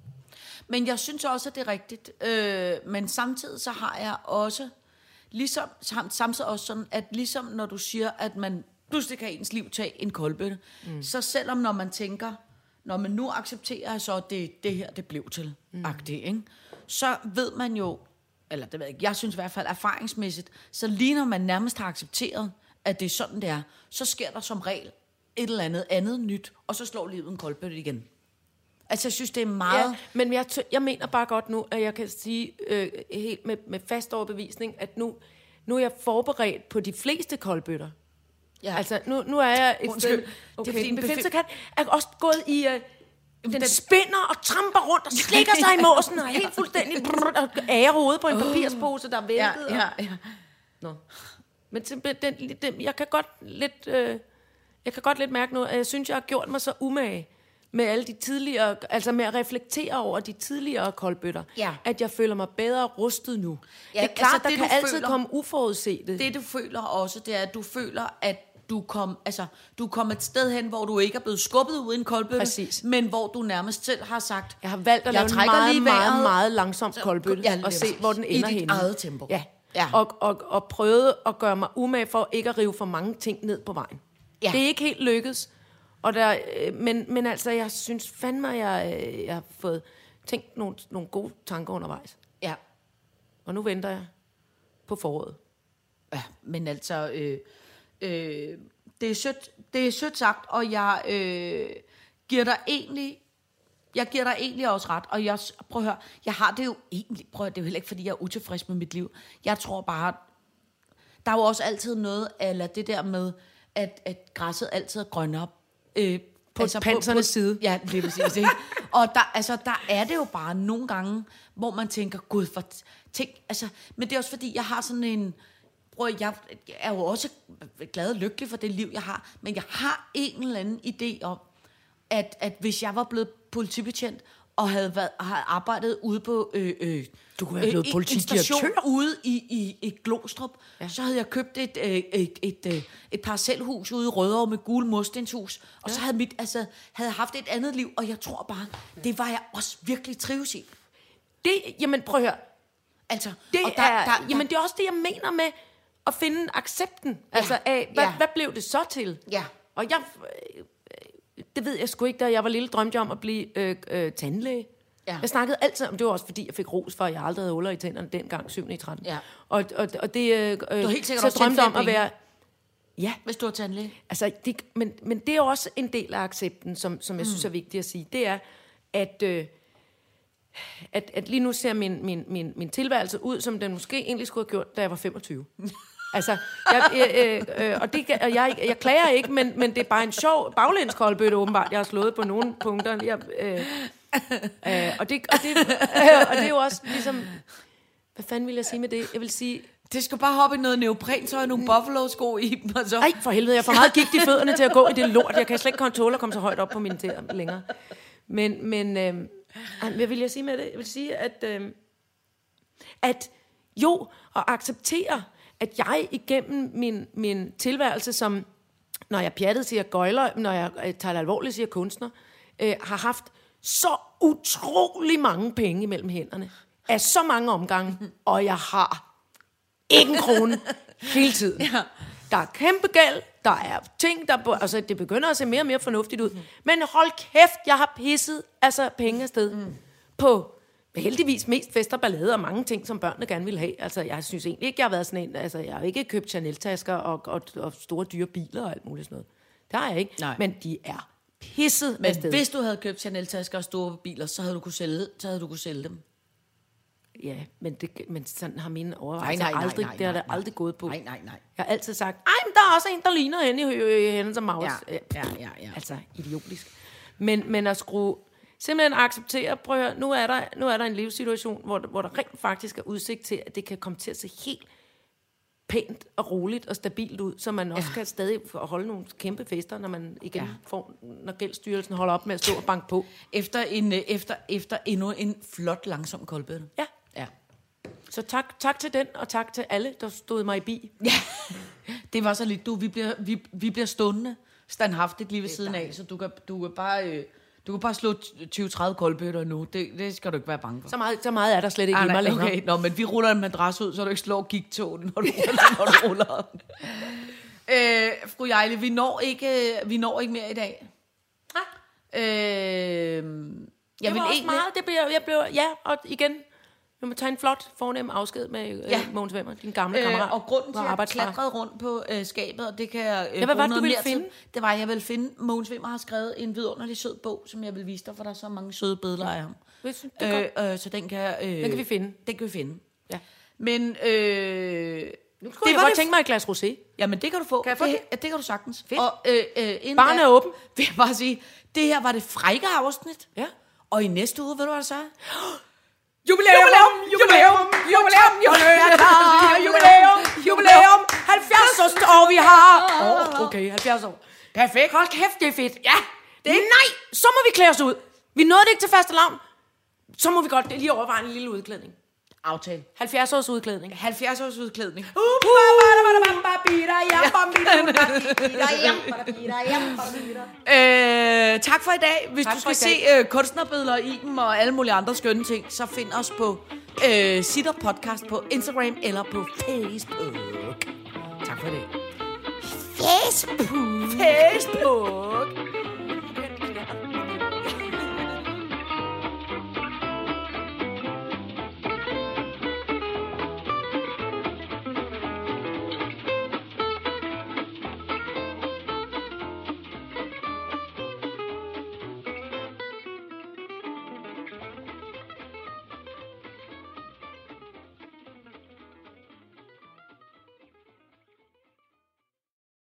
Speaker 4: Men jeg synes også, at det er rigtigt. Øh, men samtidig så har jeg også, ligesom, samtidig også sådan, at ligesom når du siger, at man pludselig kan ens liv tage en koldbøtte, mm. så selvom når man tænker, når man nu accepterer, så det det her, det blev til, mm. agtigt, ikke? Så ved man jo, eller det ved jeg ikke, jeg synes i hvert fald erfaringsmæssigt, så lige når man nærmest har accepteret, at det er sådan, det er, så sker der som regel et eller andet andet nyt, og så slår livet en koldbøtte igen. Altså, jeg synes, det er meget...
Speaker 3: Ja, men jeg, t- jeg mener bare godt nu, at jeg kan sige øh, helt med, med fast overbevisning, at nu, nu er jeg forberedt på de fleste koldbøtter. Ja. Altså, nu, nu er jeg et
Speaker 4: Undskyld.
Speaker 3: sted... Okay,
Speaker 4: det er,
Speaker 3: den
Speaker 4: befin-
Speaker 3: befinder sig kan, er også gået i... Øh, den, den spinner og tramper rundt og slikker sig i måsen og er helt fuldstændig brrr, og ærer hovedet på en papirspose, der er væltet.
Speaker 4: Ja, ja, ja.
Speaker 3: Nå. Men den, den, den, jeg kan godt lidt øh, jeg kan godt lidt mærke nu, at jeg synes, jeg har gjort mig så umage med alle de tidligere, altså med at reflektere over de tidligere koldbøtter,
Speaker 4: ja.
Speaker 3: at jeg føler mig bedre rustet nu.
Speaker 4: Ja,
Speaker 3: det er klart,
Speaker 4: altså,
Speaker 3: der
Speaker 4: det,
Speaker 3: kan altid
Speaker 4: føler,
Speaker 3: komme uforudsete.
Speaker 4: Det, du føler også, det er, at du føler, at du kom, altså, du kom et sted hen, hvor du ikke er blevet skubbet ud i en koldbøtte,
Speaker 3: præcis.
Speaker 4: Men hvor du nærmest selv har sagt,
Speaker 3: jeg har valgt at lave en meget, meget, meget langsom koldbøtte, ja, og se, hvor den ender henne.
Speaker 4: I dit eget tempo.
Speaker 3: Ja,
Speaker 4: ja.
Speaker 3: Og, og, og prøvede at gøre mig umage for ikke at rive for mange ting ned på vejen. Ja. Det er ikke helt lykkedes, og der, men, men altså, jeg synes fandme, jeg, jeg har fået tænkt nogle, nogle gode tanker undervejs.
Speaker 4: Ja.
Speaker 3: Og nu venter jeg på foråret.
Speaker 4: Ja, men altså... Øh, øh, det er sødt, det er sødt sagt, og jeg øh, giver dig egentlig, jeg giver dig egentlig også ret, og jeg, prøv at høre, jeg har det jo egentlig, prøv at høre, det er jo heller ikke, fordi jeg er utilfreds med mit liv. Jeg tror bare, der er jo også altid noget, eller det der med, at, at græsset altid er grønnere. Øh,
Speaker 3: på altså pansernes side.
Speaker 4: Ja, det er præcis, ikke? Og der, altså, der er det jo bare nogle gange, hvor man tænker, gud, for tænk, altså, men det er også fordi, jeg har sådan en, prøv, jeg er jo også glad og lykkelig for det liv, jeg har, men jeg har en eller anden idé om, at, at hvis jeg var blevet politibetjent, og havde, været, havde arbejdet ude på øh, øh,
Speaker 3: du kunne have blevet
Speaker 4: øh,
Speaker 3: politidirektør
Speaker 4: ude i, i, i Glostrup, ja. Så havde jeg købt et, øh, et, et, et, et parcelhus ude i Rødovre med gule murstenshus, og ja. Så havde mit, altså, havde haft et andet liv, og jeg tror bare, det var jeg også virkelig trives i.
Speaker 3: Det, jamen prøv at høre,
Speaker 4: altså,
Speaker 3: det
Speaker 4: og der,
Speaker 3: er,
Speaker 4: der, der,
Speaker 3: jamen det er også det, jeg mener med at finde accepten, ja. Altså af, hvad, ja. Hvad blev det så til?
Speaker 4: Ja.
Speaker 3: Og jeg, det ved jeg sgu ikke, da jeg var lille, drømte jeg om at blive øh, øh, tandlæge. Ja. Jeg snakkede altid om, det var også fordi, jeg fik ros for, at jeg aldrig havde huller i tænderne dengang, syvende i tretten. Ja. Og, og, og det, øh,
Speaker 4: du har helt sikkert
Speaker 3: så
Speaker 4: også
Speaker 3: drømte om at være... Ja.
Speaker 4: Hvis du er tandlæge.
Speaker 3: Altså, det, men, men det er også en del af accepten, som, som jeg mm. synes er vigtigt at sige. Det er, at, øh, at, at lige nu ser min, min, min, min tilværelse ud, som den måske egentlig skulle have gjort, da jeg var femogtyve. Altså, jeg, øh, øh, og, det, og jeg, jeg klager ikke, men, men det er bare en sjov baglændskoldbøtte, åbenbart, jeg har slået på nogle punkter. Jeg, øh, øh, og, det, og, det, øh, og det er jo også ligesom... Hvad fanden vil jeg sige med det? Jeg vil sige...
Speaker 4: Det skal bare hoppe i noget neoprentøj og nogle buffalo-sko i dem, og så...
Speaker 3: Ej, for helvede, jeg får meget gigt i fødderne til at gå i det lort. Jeg kan slet ikke tåle at komme så højt op på mine tæer længere. Men, men øh, hvad vil jeg sige med det? Jeg vil sige, at... Øh, at jo, og acceptere, at jeg igennem min, min tilværelse som, når jeg pjattet siger gøjler, når jeg øh, tager det alvorligt siger kunstner, øh, har haft så utrolig mange penge mellem hænderne, af så mange omgange, og jeg har ikke en krone hele tiden. Ja. Der er kæmpe gæld, der er ting, der... Altså, det begynder at se mere og mere fornuftigt ud. Mm. Men hold kæft, jeg har pisset altså, penge afsted mm. på heldigvis mest fest og ballade og mange ting, som børnene gerne vil have. Altså, jeg synes egentlig ikke, jeg har været sådan en... Altså, jeg har ikke købt Chanel-tasker og, og, og store dyre biler og alt muligt sådan noget. Det har jeg ikke. Nej. Men de er pisset
Speaker 4: Men
Speaker 3: afsted.
Speaker 4: hvis du havde købt Chanel-tasker og store biler, så havde du kunne sælge, så havde du kunne sælge dem.
Speaker 3: Ja, men, det, men sådan har mine overvejelser
Speaker 4: nej, nej,
Speaker 3: aldrig,
Speaker 4: nej,
Speaker 3: det har
Speaker 4: nej,
Speaker 3: det
Speaker 4: nej.
Speaker 3: aldrig gået på.
Speaker 4: Nej, nej, nej.
Speaker 3: Jeg har altid sagt, ej, men der er også en, der ligner hende i hø- hende som Maus.
Speaker 4: Ja, ja, ja, ja.
Speaker 3: Altså, idiotisk. Men, men at skrue, simpelthen acceptere, prøv at høre, nu er der, nu er der en livssituation, hvor, hvor der rent faktisk er udsigt til, at det kan komme til at se helt pænt og roligt og stabilt ud, så man også ja. kan stadig holde nogle kæmpe fester, når man igen ja. får, når Gældsstyrelsen holder op med at stå og banke på.
Speaker 4: Efter, en, efter, efter endnu en flot, langsom koldbøtte.
Speaker 3: Ja.
Speaker 4: Ja.
Speaker 3: Så tak, tak til den, og tak til alle, der stod mig i bi.
Speaker 4: Ja, det var så lidt, du, vi bliver, vi, vi bliver stående standhaftigt lige ved siden af, så du kan, du kan bare... Øh, Du kan bare slå tyve tredive koldbøtter nu. Det, det skal du ikke være bange for.
Speaker 3: Så meget, så meget er der slet ikke
Speaker 4: ah,
Speaker 3: i mig
Speaker 4: nej,
Speaker 3: længere.
Speaker 4: Okay. Nå, men vi ruller en madras ud, så du ikke slår gigtåen, når du ruller, når du ruller. øh, fru Jejle, vi når ikke, vi når ikke mere i dag.
Speaker 3: Nej.
Speaker 4: Øh, jeg
Speaker 3: det
Speaker 4: vil
Speaker 3: var også
Speaker 4: egentlig...
Speaker 3: meget. Det bliver, jeg blev, ja, og igen, vi må tage en flot fornem afsked med
Speaker 4: ja.
Speaker 3: øh, Mogens Wimmer, din gamle kammerat.
Speaker 4: Øh, og grunden til, at jeg klatrede rundt på øh, skabet, og det kan jeg øh,
Speaker 3: ja, hvad var det, du ville finde?
Speaker 4: Til, det var, at jeg ville finde, Mogens Wimmer har skrevet en vidunderlig sød bog, som jeg vil vise dig, for der er så mange søde billeder af ham.
Speaker 3: Det
Speaker 4: øh, øh, så den kan, øh,
Speaker 3: den kan vi finde.
Speaker 4: Den kan vi finde.
Speaker 3: Ja.
Speaker 4: Men... Øh,
Speaker 3: nu skulle jeg godt tænke mig et glas rosé.
Speaker 4: Jamen, det kan du få.
Speaker 3: Kan jeg få
Speaker 4: det?
Speaker 3: det?
Speaker 4: Det kan du sagtens.
Speaker 3: Fedt.
Speaker 4: Og, øh, øh,
Speaker 3: Barnet er åben.
Speaker 4: Vil jeg bare sige, det her var det frække afsnit.
Speaker 3: Ja.
Speaker 4: Og i næste uge, ved du hvad der så er?
Speaker 3: Jubilæum! Jubilæum! Jubilæum! Jubilæum! Jubilæum! Jubilæum! halvfjerds år vi har! Oh, okay, halvfjerds år.
Speaker 4: Perfekt.
Speaker 3: Hold kæft, det er fedt. Ja. Det er... Nej, så må vi klæde os ud. Vi nåede det ikke til fastelavn. Så må vi godt lige overveje en lille udklædning.
Speaker 4: Aftale.
Speaker 3: halvfjerds års udklædning.
Speaker 4: halvfjerds års udklædning. Øh, tak for i dag. Hvis tak du skal se øh, kunstnerbilleder i dem og alle mulige andre skønne ting, så find os på øh, Sitter Podcast på Instagram eller på Facebook. Tak for i dag.
Speaker 3: Facebook.
Speaker 4: Facebook.